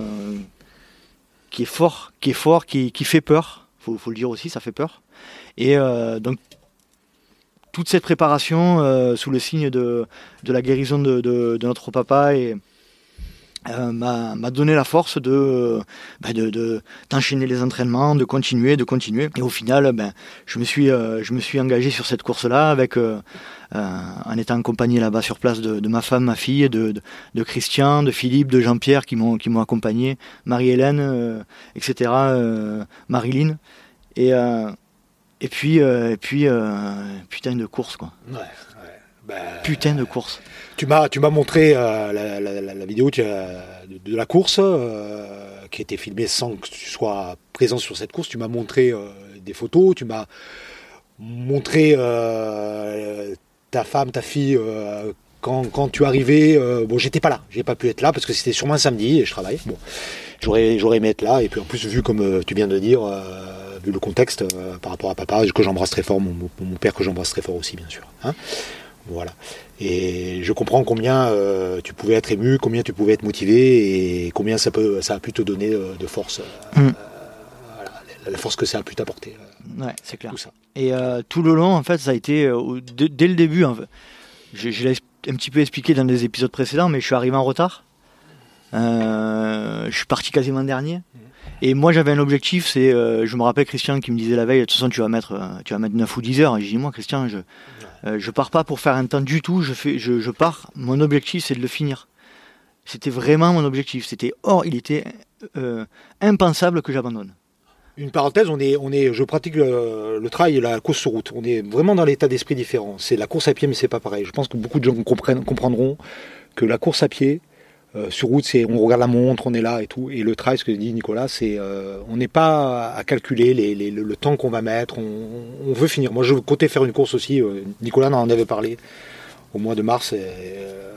qui est fort, qui est fort, qui, qui fait peur. Faut, faut le dire aussi, ça fait peur. Et euh, donc toute cette préparation euh, sous le signe de, de la guérison de, de, de notre papa et, euh, m'a, m'a donné la force de, ben de, de, d'enchaîner les entraînements, de continuer, de continuer. Et au final, ben, je, me suis, euh, je me suis engagé sur cette course-là avec, euh, euh, en étant accompagné là-bas sur place de, de ma femme, ma fille, de, de, de Christian, de Philippe, de Jean-Pierre qui m'ont, qui m'ont accompagné, Marie-Hélène, euh, et cetera, euh, Marilyn. Et... Euh, Et puis, euh, et puis euh, putain de course, quoi. Ouais, ouais. Bah, putain de course. Tu m'as, tu m'as montré euh, la, la, la, la vidéo tu as, de, de la course euh, qui a été filmée sans que tu sois présent sur cette course. Tu m'as montré euh, des photos, tu m'as montré euh, ta femme, ta fille, euh, quand, quand tu arrivais. Euh, bon, j'étais pas là, j'ai pas pu être là parce que c'était sûrement un samedi et je travaillais. Bon, j'aurais, j'aurais aimé être là. Et puis en plus, vu comme tu viens de dire... Euh, le contexte euh, par rapport à papa, que j'embrasse très fort, mon, mon père que j'embrasse très fort aussi, bien sûr. Hein, voilà. Et je comprends combien euh, tu pouvais être ému, combien tu pouvais être motivé et combien ça, peut, ça a pu te donner de, de force. Euh, mm. euh, voilà, la force que ça a pu t'apporter. Euh, ouais, c'est clair. Tout ça. Et euh, tout le long, en fait, ça a été, euh, d- dès le début, en fait, je, je l'ai un petit peu expliqué dans des épisodes précédents, mais je suis arrivé en retard. Euh, je suis parti quasiment dernier. Mm. Et moi j'avais un objectif, c'est, euh, je me rappelle Christian qui me disait la veille, de toute façon tu vas mettre, euh, tu vas mettre neuf ou dix heures. Et j'ai dit moi Christian, je, euh, je pars pas pour faire un temps du tout, je, fais, je, je pars, mon objectif c'est de le finir. C'était vraiment mon objectif, c'était or, il était euh, impensable que j'abandonne. Une parenthèse, on est, on est, je pratique le, le trail et la course sur route. On est vraiment dans l'état d'esprit différent. C'est la course à pied mais c'est pas pareil. Je pense que beaucoup de gens comprennent, comprendront que la course à pied, Euh, sur route, c'est, on regarde la montre, on est là et tout. Et le trail, ce que dit Nicolas, c'est euh, on n'est pas à calculer les, les, le, le temps qu'on va mettre. On, on veut finir. Moi, je comptais faire une course aussi. Euh, Nicolas en avait parlé au mois de mars. Euh,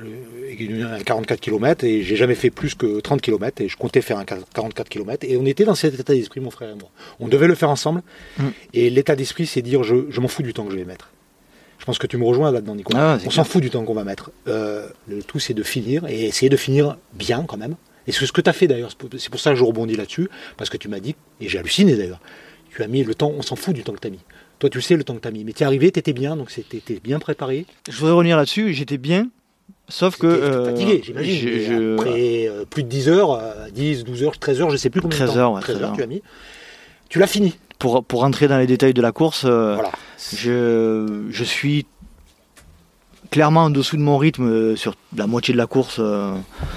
un quarante-quatre kilomètres et j'ai jamais fait plus que trente kilomètres et je comptais faire un quarante-quatre kilomètres et on était dans cet état d'esprit, mon frère et moi. On devait le faire ensemble mmh. Et l'état d'esprit, c'est dire je, je m'en fous du temps que je vais mettre. Je pense que tu me rejoins là-dedans, Nicolas. Ah, on clair. S'en fout du temps qu'on va mettre. Euh, le tout, c'est de finir et essayer de finir bien quand même. Et c'est ce que tu as fait d'ailleurs. C'est pour ça que je rebondis là-dessus. Parce que tu m'as dit, et j'ai halluciné d'ailleurs, tu as mis le temps, on s'en fout du temps que tu as mis. Toi, tu sais le temps que tu as mis. Mais tu es arrivé, tu étais bien, donc tu étais bien préparé. Je voudrais revenir là-dessus, j'étais bien. Sauf que. Euh, fatigué, j'imagine. Je, je... Après euh, plus de dix heures, euh, dix, douze heures, treize heures, je ne sais plus combien de temps. treize heures, ouais, treize heures, tu as mis. Tu l'as fini. Pour, pour rentrer dans les détails de la course, euh, voilà. je, je suis clairement en dessous de mon rythme sur la moitié de la course. Euh,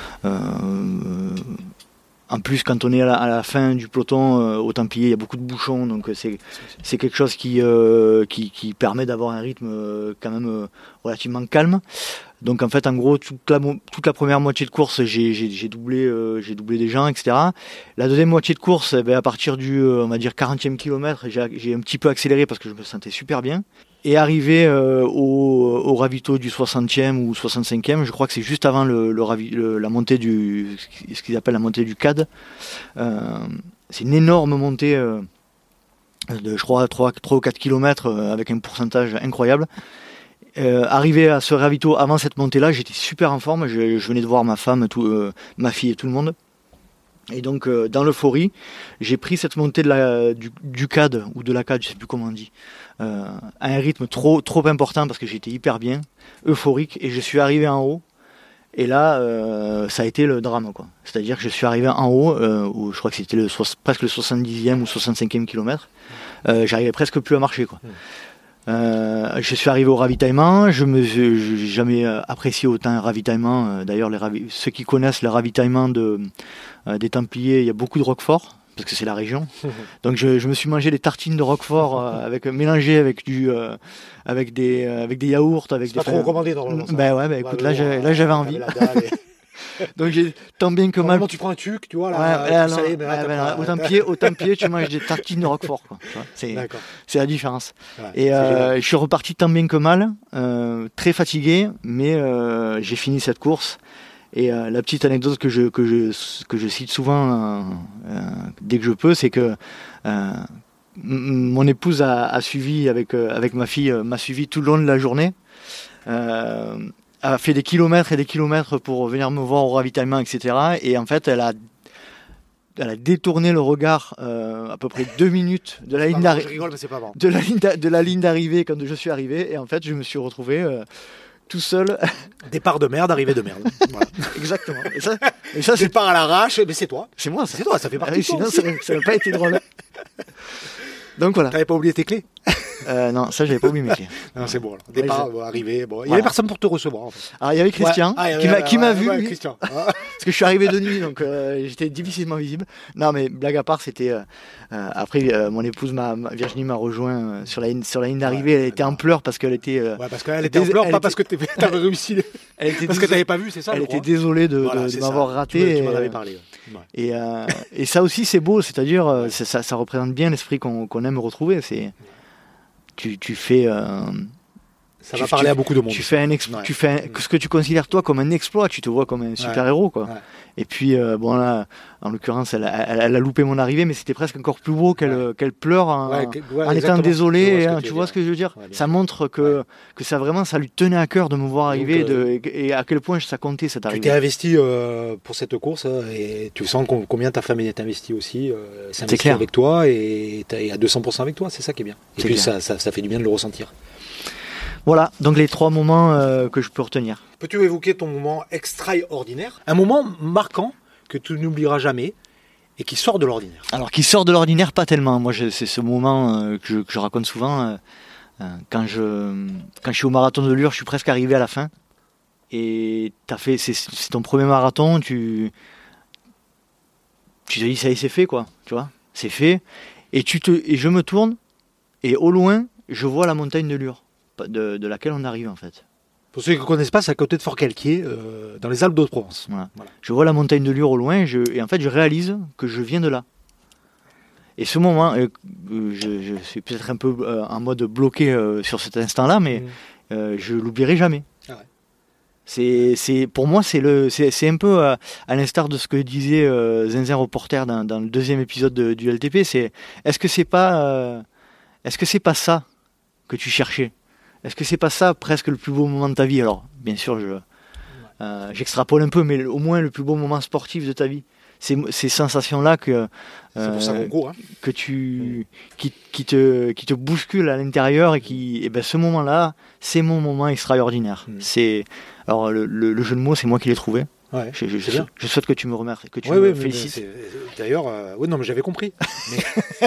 euh, en plus, quand on est à la, à la fin du peloton, euh, au Templier, il y a beaucoup de bouchons, donc c'est, c'est quelque chose qui, euh, qui, qui permet d'avoir un rythme euh, quand même euh, relativement calme. Donc en fait, en gros, toute la, toute la première moitié de course, j'ai, j'ai, j'ai, doublé, euh, j'ai doublé des gens, et cetera. La deuxième moitié de course, eh bien, à partir du, euh, on va dire, quarantième kilomètre, j'ai, j'ai un petit peu accéléré parce que je me sentais super bien. Et arrivé euh, au, au ravito du soixantième ou soixante-cinquième, je crois que c'est juste avant le, le, ravi, le, la montée du, ce qu'ils appellent la montée du C A D. Euh, c'est une énorme montée euh, de, je crois, trois ou quatre kilomètres euh, avec un pourcentage incroyable. Euh, arrivé à ce ravito avant cette montée-là, j'étais super en forme. Je, je venais de voir ma femme, tout, euh, ma fille et tout le monde. Et donc, euh, dans l'euphorie, j'ai pris cette montée de la, du, du C A D ou de la C A D, je sais plus comment on dit, euh, à un rythme trop, trop important parce que j'étais hyper bien, euphorique, et je suis arrivé en haut. Et là, euh, ça a été le drame, quoi. C'est-à-dire que je suis arrivé en haut, euh, où je crois que c'était le, presque le soixante-dixième ou soixante-cinquième kilomètre. Euh, j'arrivais presque plus à marcher, quoi. Euh, je suis arrivé au ravitaillement, je me j'ai jamais apprécié autant un ravitaillement. D'ailleurs, les ravi- ceux qui connaissent le ravitaillement de, euh, des Templiers, il y a beaucoup de roquefort, parce que c'est la région. Donc je, je me suis mangé des tartines de roquefort euh, avec, mélangées avec, du, euh, avec, des, euh, avec des yaourts. Avec c'est des pas trop recommandé normalement. Ben ouais, ben écoute, là, j'ai, là j'avais envie. Donc j'ai tant bien que mal. Normalement, tu prends un tuc, tu vois, là. Ouais, tu ouais, sais, non, mais là, ouais, t'as ben, pas- autant pied, autant pied, tu manges des tartines de Roquefort, quoi. Tu vois, c'est, D'accord. c'est la différence. Ouais, Et c'est euh, génial. je suis reparti tant bien que mal, euh, très fatigué, mais euh, j'ai fini cette course. Et euh, la petite anecdote que je, que je, que je cite souvent euh, euh, dès que je peux, c'est que euh, m- mon épouse a, a suivi avec, euh, avec ma fille, euh, m'a suivi tout le long de la journée. Euh, a fait des kilomètres et des kilomètres pour venir me voir au ravitaillement, et cetera. Et en fait, elle a, elle a détourné le regard euh, à peu près deux minutes de la ligne Pardon, d'arri- je rigole, mais c'est pas bon. de la ligne d'a- de la ligne d'arrivée quand je suis arrivé. Et en fait, je me suis retrouvé euh, tout seul. Départ de merde, arrivée de merde. Voilà. Exactement. Et ça, et ça c'est, Départ à l'arrache, mais c'est toi. c'est moi. Ça. C'est toi, ça fait Ah partie oui, de toi sinon, aussi. ça n'aurait- ça n'aurait pas été drôle. Donc voilà. T'avais pas oublié tes clés? Euh, non, ça, j'avais pas oublié mes clés. Non, c'est bon. Alors. Départ, Ouais, bon, arrivée. Bon. Il y Voilà. avait personne pour te recevoir, en fait. Alors, il y avait Christian Ouais. Ah, il y avait- qui m'a, qui m'a ouais, vu. ouais, lui. Christian. Ah. Parce que je suis arrivé de nuit, donc euh, j'étais difficilement visible. Non, mais blague à part, c'était. Euh, euh, après, euh, mon épouse, m'a, m'a- Virginie, m'a rejoint euh, sur la ligne, sur la ligne d'arrivée. Ouais, elle était en d'accord. pleurs parce qu'elle était. euh, Ouais, parce qu'elle était en Dés- pleurs, elle pas était- parce que t'es- t'avais réussi. elle était Parce que dés- t'avais pas vu, c'est ça, elle je était crois. désolée de, Voilà, de- de c'est m'avoir ça. raté. Tu, me- tu et, m'en avais euh, parlé. Ouais. Et, euh, et ça aussi, c'est beau, c'est-à-dire, euh, c'est- ça, ça représente bien l'esprit qu'on, qu'on aime retrouver. C'est, tu, tu fais. euh, Ça Tu- va parler tu- à beaucoup de monde. Tu fais un exploit, Ouais. tu fais un- ce que tu considères toi comme un exploit, tu te vois comme un super héros, quoi. Ouais. Et puis euh, bon là, en l'occurrence, elle, a- elle, elle a loupé mon arrivée, mais c'était presque encore plus beau qu'elle, Ouais. qu'elle pleure en, Ouais, que- ouais, en étant exactement. désolée. Je vois ce que hein, tu tu veux vois dire. ce que je veux dire Ouais, bien Ça sûr. montre que que ça vraiment, ça lui tenait à cœur de me voir Donc, arriver, euh, de, et à quel point ça comptait cette Tu arrivée. t'es investi euh, pour cette course euh, et tu sens com- combien ta femme est investie aussi. Euh, s'est investie clair. avec toi et t'es à deux cents pour cent avec toi, c'est ça qui est bien. Et C'est puis clair. ça, ça, ça fait du bien de le ressentir. Voilà, donc les trois moments euh, que je peux retenir. Peux-tu évoquer ton moment extraordinaire? Un moment marquant que tu n'oublieras jamais et qui sort de l'ordinaire. Alors, qui sort de l'ordinaire, pas tellement. Moi, je- c'est ce moment euh, que, je, que je raconte souvent. euh, euh, quand, je, quand je suis au marathon de Lure, je suis presque arrivé à la fin. Et t'as fait, c'est, c'est ton premier marathon, tu, tu te dis, ça y est, c'est fait, quoi. Tu vois, c'est fait. Et, tu te, et je me tourne, et au loin, je vois la montagne de Lure, de, de laquelle on arrive, en fait. Pour ceux qui ne connaissent pas, c'est à côté de Fort-Calquier, euh, dans les Alpes d'Haute-Provence. Voilà. Voilà. Je vois la montagne de Lure au loin, et, je, et en fait, je réalise que je viens de là. Et ce moment, euh, je, je suis peut-être un peu euh, en mode bloqué euh, sur cet instant-là, mais Mmh. euh, je l'oublierai jamais. Ah ouais. C'est, c'est, pour moi, c'est, le, c'est, c'est un peu euh, à l'instar de ce que disait euh, Zinzin Reporter dans, dans le deuxième épisode de- du L T P. C'est, est-ce que c'est pas, euh, est-ce que c'est pas ça que tu cherchais? Est-ce que c'est pas ça presque le plus beau moment de ta vie? Alors, bien sûr, je, euh, j'extrapole un peu, mais au moins le plus beau moment sportif de ta vie. Ces, ces sensations-là que, C'est pour ça euh, qu'on court. Hein. que tu, qui, qui te, qui te bouscule à l'intérieur et qui, et ben ce moment-là, c'est mon moment extraordinaire. Mm. C'est, alors le, le, le jeu de mots, c'est moi qui l'ai trouvé. Ouais, Je, je, c'est je, bien. je souhaite que tu me remercies, que tu Ouais, me ouais, mais- félicites. mais c'est- D'ailleurs, euh, oui, non, mais j'avais compris. Mais...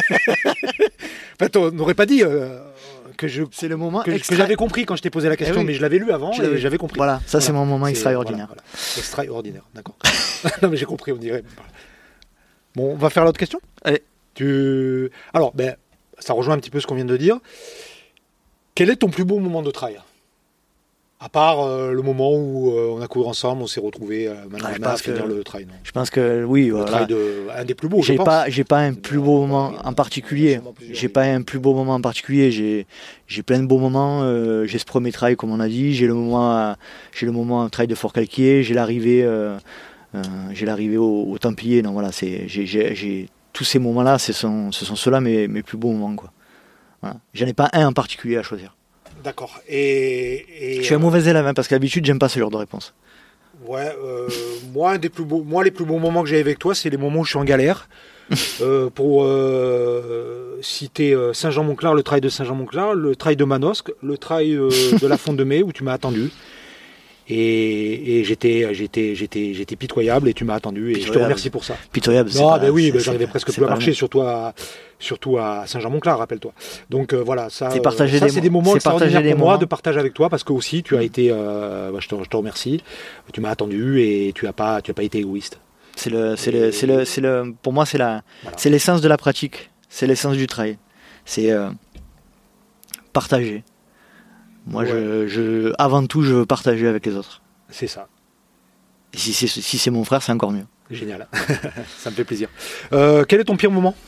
en fait, on n'aurait pas dit euh, que je C'est le moment que, que extra- j'avais compris quand je t'ai posé la question, Eh oui. mais je l'avais lu avant Tu et l'avais- j'avais compris. Voilà, ça c'est Voilà. mon moment C'est- extraordinaire. voilà, voilà. Extraordinaire, d'accord. Non, mais j'ai compris, on dirait. Bon, on va faire l'autre question. Allez. Tu... Alors, ben, ça rejoint un petit peu ce qu'on vient de dire. Quel est ton plus beau moment de trail? À part euh, le moment où euh, on a couru ensemble, on s'est retrouvés euh, maintenant Ouais, on je a à pense que- finir le trail. Non. Je pense que oui, Le voilà. trail de... un des plus beaux, je J'ai pense. pas, j'ai pas un plus beau moment Oui, en particulier. sûrement plusieurs. J'ai pas un plus beau moment en particulier. J'ai, j'ai plein de beaux moments. euh, j'ai ce premier trail, comme on a dit. J'ai le moment, à- j'ai le moment au trail de Fort-Calquier. J'ai l'arrivée, euh, euh, j'ai l'arrivée au, au Templier. Non, voilà, c'est, j'ai, j'ai, j'ai tous ces moments-là. Ce sont, ce sont ceux-là mes, mes plus beaux moments, quoi. Voilà. J'en ai pas un en particulier à choisir. D'accord. Et, et, Je suis un mauvais élève, hein, parce qu'à l'habitude, j'aime pas ce genre de réponse. Ouais, euh, moi, un des plus beaux, moi, les plus beaux moments que j'ai avec toi, c'est les moments où je suis en galère. euh, pour euh, citer euh, Saint-Jean-Montclar, le trail de Saint-Jean-Montclar, le trail de Manosque, le trail euh, de la Fonte de Mai où tu m'as attendu. Et, et j'étais, j'étais, j'étais, j'étais pitoyable et tu m'as attendu et je te Pitoyable. remercie pour ça. Pitoyable. c'est Non, pas- ben oui, c'est- ben c'est- j'arrivais presque c'est plus à pas marcher, le surtout à, surtout à Saint-Jean-Montclar, rappelle-toi. Donc euh, voilà, ça, C'est euh, partager ça des c'est mo- des moments c'est partager extraordinaires des pour moi moments. de partager avec toi parce que aussi tu as été, euh, bah, je, te, je te remercie, tu m'as attendu et tu n'as pas, tu as pas été égoïste. C'est le, c'est le, c'est le, c'est le, pour moi, c'est la, Voilà. c'est l'essence de la pratique. C'est l'essence du trail. C'est euh, partager. Moi, Ouais. je, je, avant tout, je veux partager avec les autres. C'est ça. Et si c'est, si c'est mon frère, c'est encore mieux. Génial, ça me fait plaisir. Euh, quel est ton pire moment?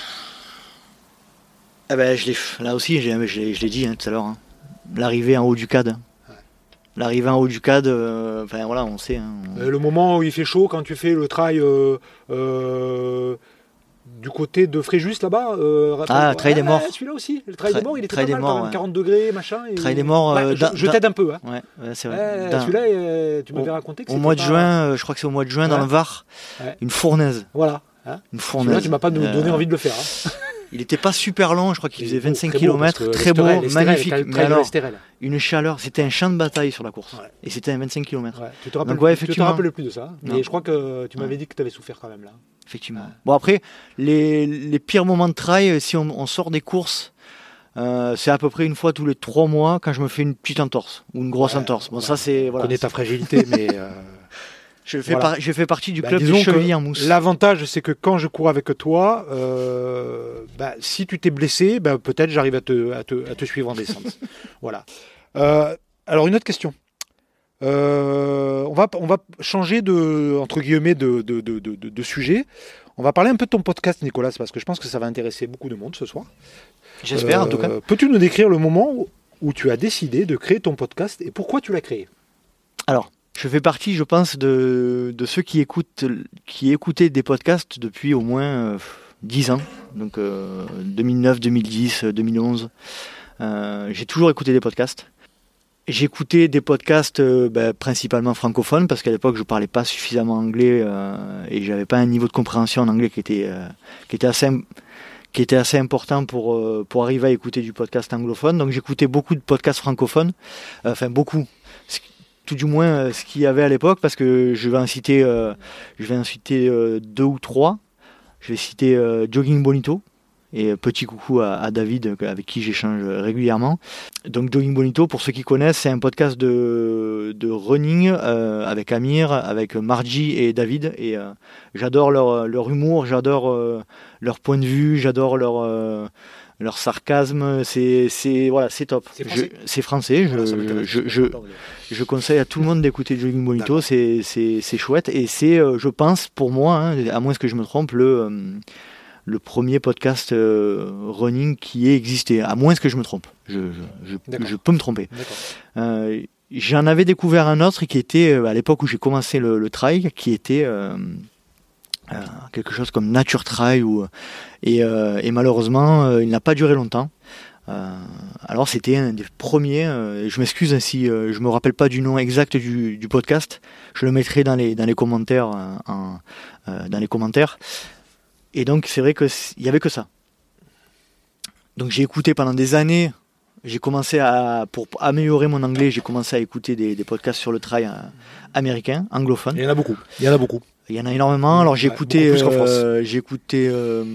Ah ben, je l'ai, là aussi, je l'ai, je l'ai, je l'ai dit hein, tout à l'heure. Hein. L'arrivée en haut du C A D. Ouais. L'arrivée en haut du C A D, euh, enfin voilà, on sait. Hein, on... Euh, le moment où il fait chaud, quand tu fais le trail euh, euh, du côté de Fréjus là-bas. Euh, ah, le trail des morts. Celui-là aussi, le trail Tra- des morts, il était pas mal, morts, quand même, ouais. quarante degrés, machin. Et... Trail des morts. Ouais, Euh, je, je t'aide un peu. Hein. Ouais, ouais, c'est vrai. Ouais, dans... Celui-là, euh, tu m'avais au, raconté que au c'était mois de pas... juin, euh, je crois que c'est au mois de juin, ouais. Dans le Var, ouais. Une fournaise. Voilà. Hein. Une fournaise. Celui-là, tu m'as pas euh... donné envie de le faire. Hein. Il n'était pas super long, je crois qu'il faisait vingt-cinq beau, kilomètres, très beau, magnifique. Mais alors, une chaleur, c'était un champ de bataille sur la course. Ouais. Et c'était un vingt-cinq kilomètres. Ouais. Tu te rappelles, Donc, ouais, effectivement... te rappelles plus de ça, mais non. Je crois que tu m'avais ouais. dit que tu avais souffert quand même là. Effectivement. Ouais. Bon après, les, les pires moments de trail, si on, on sort des courses, euh, c'est à peu près une fois tous les trois mois quand je me fais une petite entorse ou une grosse ouais, entorse. Bon ouais. ça c'est... Voilà, on connaît ta fragilité, mais... Euh... Je fais, voilà. par, je fais partie du bah, club des chevilles en mousse. L'avantage, c'est que quand je cours avec toi, euh, bah, si tu t'es blessé, bah, peut-être j'arrive à te, à, te, à te suivre en descente. Voilà. Euh, alors, une autre question. Euh, on, va, on va changer de, entre guillemets, de, de, de, de, de sujet. On va parler un peu de ton podcast, Nicolas, parce que je pense que ça va intéresser beaucoup de monde ce soir. J'espère, euh, en tout cas. Peux-tu nous décrire le moment où, où tu as décidé de créer ton podcast et pourquoi tu l'as créé? Alors, je fais partie, je pense, de, de ceux qui écoutent, qui écoutaient des podcasts depuis au moins euh, dix ans. Donc euh, deux mille neuf, deux mille dix, deux mille onze. Euh, j'ai toujours écouté des podcasts. J'écoutais des podcasts euh, bah, principalement francophones parce qu'à l'époque je parlais pas suffisamment anglais euh, et j'avais pas un niveau de compréhension en anglais qui était, euh, qui était assez, qui était assez important pour, euh, pour arriver à écouter du podcast anglophone. Donc j'écoutais beaucoup de podcasts francophones, enfin beaucoup. Tout du moins euh, ce qu'il y avait à l'époque, parce que je vais en citer, euh, je vais en citer euh, deux ou trois. Je vais citer euh, Jogging Bonito, et petit coucou à, à David, avec qui j'échange régulièrement. Donc Jogging Bonito, pour ceux qui connaissent, c'est un podcast de, de running euh, avec Amir, avec Margie et David. Et euh, j'adore leur, leur humour, j'adore euh, leur point de vue, j'adore leur... Euh, leur sarcasme, c'est, c'est, voilà, c'est top. C'est français. Je, c'est français. Voilà, je, je, je, je conseille à tout le monde d'écouter Jogging Bonito. C'est, c'est, c'est chouette. Et c'est, euh, je pense, pour moi, hein, à moins que je me trompe, le, euh, le premier podcast euh, running qui ait existé. À moins que je me trompe. Je, je, je, je peux me tromper. Euh, j'en avais découvert un autre qui était, à l'époque où j'ai commencé le, le trail, qui était... Euh, Euh, quelque chose comme Nature Trail ou, et, euh, et malheureusement euh, il n'a pas duré longtemps. Euh, alors c'était un des premiers, euh, je m'excuse si euh, je me rappelle pas du nom exact du, du podcast, je le mettrai dans les, dans les commentaires euh, en, euh, dans les commentaires. Et donc c'est vrai qu'il y avait que ça. Donc j'ai écouté pendant des années, j'ai commencé à, pour améliorer mon anglais, j'ai commencé à écouter des, des podcasts sur le trail euh, américain, anglophone. Il y en a beaucoup, il y en a beaucoup. Il y en a énormément. Alors j'ai ouais, écouté, euh, j'ai écouté euh,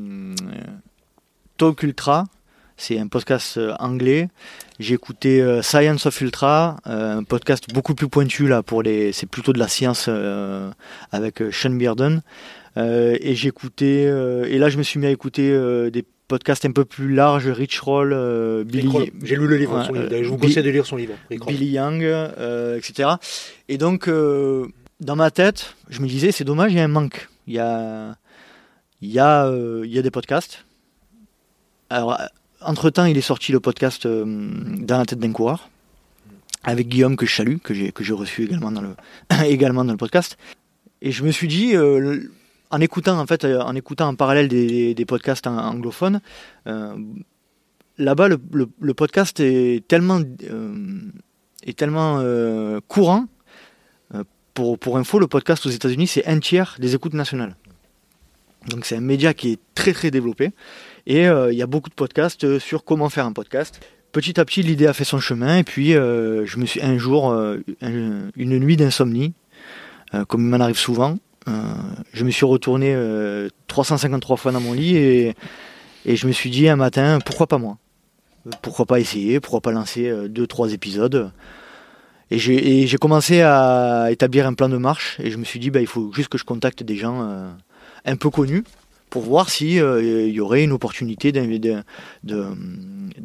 Talk Ultra, c'est un podcast anglais. J'ai écouté euh, Science of Ultra, euh, un podcast beaucoup plus pointu là pour les, c'est plutôt de la science euh, avec Sean Bearden. Euh, et j'ai écouté, euh, et là je me suis mis à écouter euh, des podcasts un peu plus larges, Rich Roll, euh, Billy. J'ai lu le livre, ouais, son livre. Je vous conseille de lire son livre. Billy Young, euh, et cetera. Et donc euh, dans ma tête, je me disais, c'est dommage, il y a un manque. Il y a, il y a, euh, il y a des podcasts. Alors, entre-temps, il est sorti le podcast euh, Dans la tête d'un coureur, avec Guillaume, que je salue, que j'ai, que j'ai reçu également dans le, également dans le podcast. Et je me suis dit, euh, en écoutant, en fait, en écoutant en parallèle des, des podcasts anglophones, euh, là-bas, le, le, le podcast est tellement, euh, est tellement euh, courant. Pour, pour info, le podcast aux États-Unis, c'est un tiers des écoutes nationales. Donc c'est un média qui est très très développé. Et il euh, y a beaucoup de podcasts sur comment faire un podcast. Petit à petit, l'idée a fait son chemin. Et puis, euh, je me suis un jour, euh, un, une nuit d'insomnie, euh, comme il m'en arrive souvent, euh, je me suis retourné euh, trois cent cinquante-trois fois dans mon lit et, et je me suis dit un matin, pourquoi pas moi ? Pourquoi pas essayer ? Pourquoi pas lancer euh, deux, trois épisodes ? Et j'ai, et j'ai commencé à établir un plan de marche et je me suis dit bah, il faut juste que je contacte des gens euh, un peu connus pour voir si euh, il y aurait une opportunité de, de,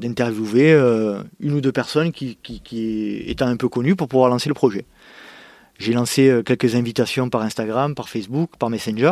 d'interviewer euh, une ou deux personnes qui, qui, qui étant un peu connues pour pouvoir lancer le projet. J'ai lancé euh, quelques invitations par Instagram, par Facebook, par Messenger.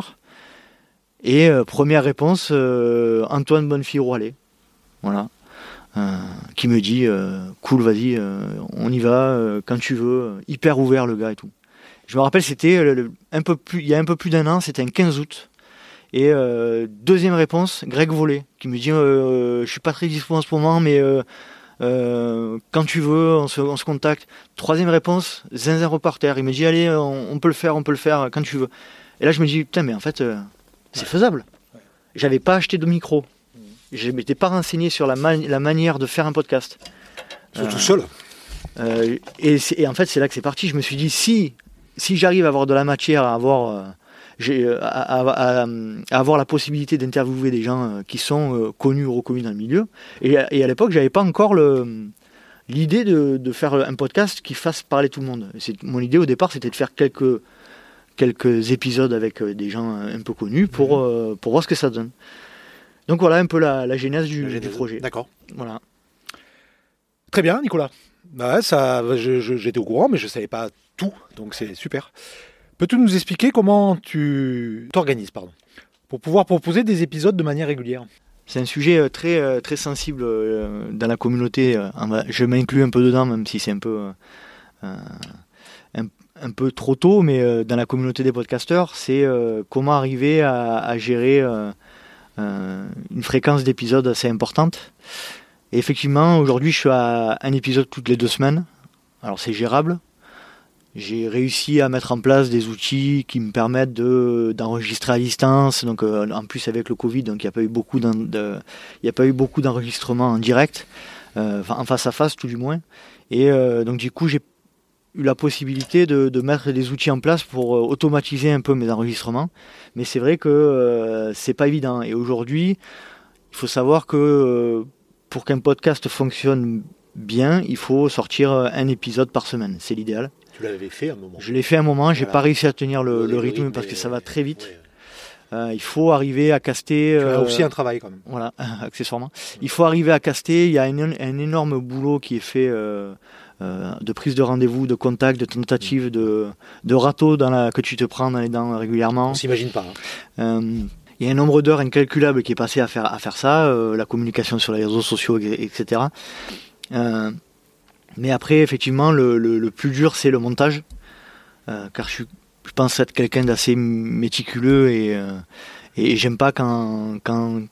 Et euh, première réponse, euh, Antoine Bonfiro-Allais, voilà, euh, qui me dit euh, cool, vas-y, euh, on y va euh, quand tu veux, hyper ouvert le gars et tout. Je me rappelle, c'était le, le, un peu plus, il y a un peu plus d'un an, c'était un quinze août. Et euh, deuxième réponse, Greg Vollet, qui me dit euh, je suis pas très dispo en ce moment, mais euh, euh, quand tu veux, on se, on se contacte. Troisième réponse, Zinzin Reporter, il me dit allez, on, on peut le faire, on peut le faire quand tu veux. Et là je me dis putain, mais en fait euh, c'est faisable. J'avais pas acheté de micro, je m'étais pas renseigné sur la, man- la manière de faire un podcast. Surtout Euh, seul. Euh, et, et en fait c'est là que c'est parti. Je me suis dit si si j'arrive à avoir de la matière, à avoir euh, J'ai, à, à, à, à avoir la possibilité d'interviewer des gens euh, qui sont euh, connus ou reconnus dans le milieu. Et, et à l'époque, j'avais pas encore le, l'idée de, de faire un podcast qui fasse parler tout le monde. C'est, mon idée au départ, c'était de faire quelques, quelques épisodes avec des gens un peu connus pour, mmh. euh, pour voir ce que ça donne. Donc voilà un peu la, la genèse du, la genèse. du projet. D'accord. Voilà. Très bien, Nicolas. Bah, ça, je, je, j'étais au courant, mais je ne savais pas tout, donc c'est super. Peux-tu nous expliquer comment tu t'organises pardon, pour pouvoir proposer des épisodes de manière régulière ? C'est un sujet très, très sensible dans la communauté. Je m'inclus un peu dedans, même si c'est un peu, un, un peu trop tôt, mais dans la communauté des podcasteurs, c'est comment arriver à, à gérer une fréquence d'épisodes assez importante. Et effectivement, aujourd'hui, je suis à un épisode toutes les deux semaines. Alors c'est gérable. J'ai réussi à mettre en place des outils qui me permettent de, d'enregistrer à distance. Donc, euh, en plus avec le Covid, donc il n'y a pas eu beaucoup d'en, de, il y a pas eu beaucoup d'enregistrements en direct, euh, en face à face tout du moins. Et euh, donc du coup, j'ai eu la possibilité de, de mettre des outils en place pour euh, automatiser un peu mes enregistrements. Mais c'est vrai que euh, c'est pas évident. Et aujourd'hui, il faut savoir que euh, pour qu'un podcast fonctionne bien, il faut sortir un épisode par semaine. C'est l'idéal. Tu l'avais fait un moment. Je l'ai fait un moment, j'ai voilà. pas réussi à tenir le, le, le rythme, rythme parce que ça va très vite. Ouais. Euh, il faut arriver à caster. Tu as euh, aussi un travail quand même. Voilà, accessoirement. Il faut arriver à caster. Il y a un, un énorme boulot qui est fait euh, euh, de prise de rendez-vous, de contact, de tentative, de, de râteau dans la, que tu te prends dans les dents régulièrement. On s'imagine pas. Hein. Euh, il y a un nombre d'heures incalculable qui est passé à faire, à faire ça, euh, la communication sur les réseaux sociaux, et cetera. Euh, mais après, effectivement, le, le, le plus dur, c'est le montage. Euh, car je, suis, je pense être quelqu'un d'assez méticuleux et, euh, et j'aime pas quand quand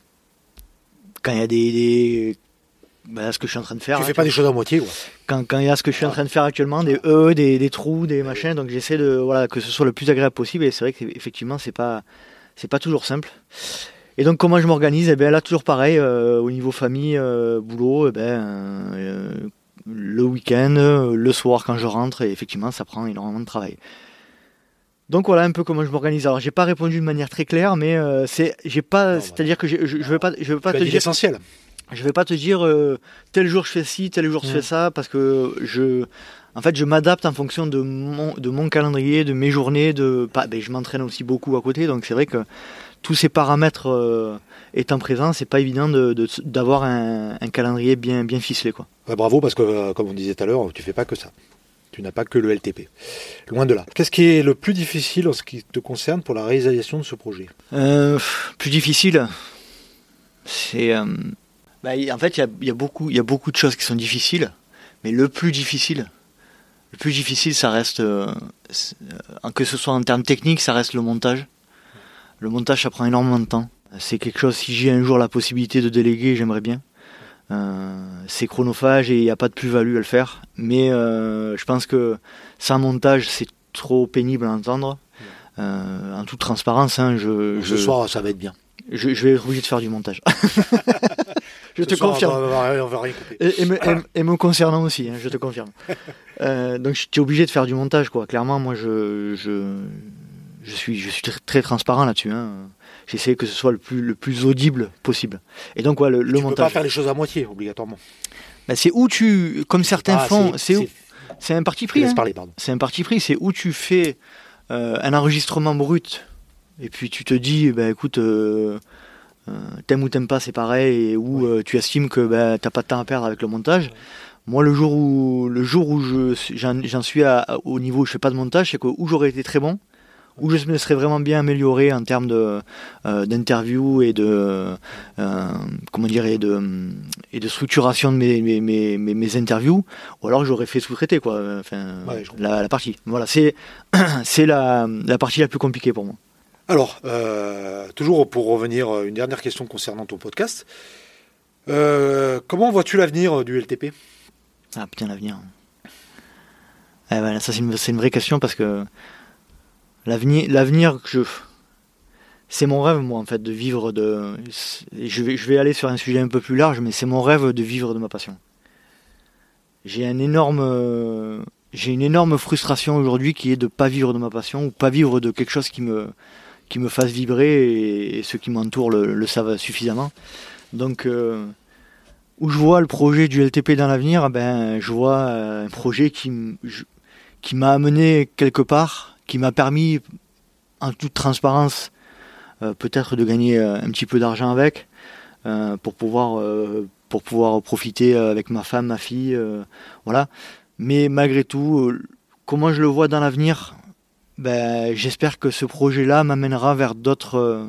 quand il y a des, des ben, ce que je suis en train de faire. Tu hein, fais pas des choses à moitié, quoi. Quand quand il y a ce que je suis en train de faire actuellement, des E, des, des trous, des machins, donc j'essaie de voilà que ce soit le plus agréable possible. Et c'est vrai que effectivement c'est pas c'est pas toujours simple. Et donc comment je m'organise ? Eh bien là toujours pareil euh, au niveau famille, euh, boulot, eh ben euh, le week-end, le soir quand je rentre, et effectivement ça prend énormément de travail. Donc voilà un peu comment je m'organise. Alors j'ai pas répondu de manière très claire, mais euh, c'est j'ai pas, non, c'est-à-dire que je, je, je veux pas, je veux pas te dire l'essentiel. Je vais pas te dire euh, tel jour je fais ci, tel jour je mmh. fais ça, parce que je, en fait je m'adapte en fonction de mon, de mon calendrier, de mes journées, de, pas, ben, je m'entraîne aussi beaucoup à côté, donc c'est vrai que tous ces paramètres euh, étant présents, c'est pas évident de, de, d'avoir un, un calendrier bien, bien ficelé, quoi. Ouais, bravo, parce que euh, comme on disait tout à l'heure, tu fais pas que ça. Tu n'as pas que le L T P. Loin de là. Qu'est-ce qui est le plus difficile en ce qui te concerne pour la réalisation de ce projet ? euh, Plus difficile, c'est... Euh, bah, en fait, il y, y, y a beaucoup de choses qui sont difficiles, mais le plus difficile, le plus difficile, ça reste, euh, que ce soit en termes techniques, ça reste le montage. Le montage, ça prend énormément de temps. C'est quelque chose, si j'ai un jour la possibilité de déléguer, j'aimerais bien. Euh, c'est chronophage et il n'y a pas de plus-value à le faire. Mais euh, je pense que sans montage, c'est trop pénible à entendre. Euh, en toute transparence, hein, je, ce je, soir, ça va être bien. Je, je vais être obligé de faire du montage. Je ce te soir, confirme. On va, on va rien couper. Et, et, me, et, et me concernant aussi, hein, je te confirme. euh, donc, tu es obligé de faire du montage, quoi. Clairement, moi, je, je, je suis, je suis très, très transparent là-dessus. Hein. J'essaie que ce soit le plus, le plus audible possible. Et donc, ouais, le, le tu montage. Tu peux pas faire les choses à moitié, obligatoirement. Ben, c'est où tu, comme certains ah, font, c'est, c'est, où, c'est, c'est un parti pris. Hein. Parler, pardon. C'est un parti pris. C'est où tu fais euh, un enregistrement brut. Et puis tu te dis, ben écoute, euh, euh, t'aimes ou t'aimes pas, c'est pareil, et où ouais. euh, tu estimes que ben, t'as pas de temps à perdre avec le montage. Ouais. Moi, le jour où, le jour où je, j'en, j'en suis à, au niveau où je fais pas de montage, c'est que où j'aurais été très bon, où je me serais vraiment bien amélioré en termes de, euh, d'interview et de, euh, comment dire, et de, et de structuration de mes, mes, mes, mes, mes interviews, ou alors j'aurais fait sous-traiter, quoi, enfin, Ouais, la, la partie. Voilà, c'est, c'est la, la partie la plus compliquée pour moi. Alors, euh, toujours pour revenir, une dernière question concernant ton podcast. Euh, comment vois-tu l'avenir du L T P ? Ah putain, l'avenir. Eh ben, ça c'est une, c'est une vraie question parce que l'avenir, l'avenir je, c'est mon rêve moi en fait de vivre de. Je vais, je vais aller sur un sujet un peu plus large, mais c'est mon rêve de vivre de ma passion. J'ai un énorme, j'ai une énorme frustration aujourd'hui qui est de pas vivre de ma passion ou pas vivre de quelque chose qui me, qui me fasse vibrer et, et ceux qui m'entourent le, le savent suffisamment. Donc euh, où je vois le projet du L T P dans l'avenir, ben, je vois un projet qui, je, qui m'a amené quelque part, qui m'a permis, en toute transparence, euh, peut-être de gagner un petit peu d'argent avec, euh, pour pouvoir, euh, pour pouvoir profiter avec ma femme, ma fille, euh, voilà. Mais malgré tout, euh, comment je le vois dans l'avenir, ben, j'espère que ce projet-là m'amènera vers d'autres euh,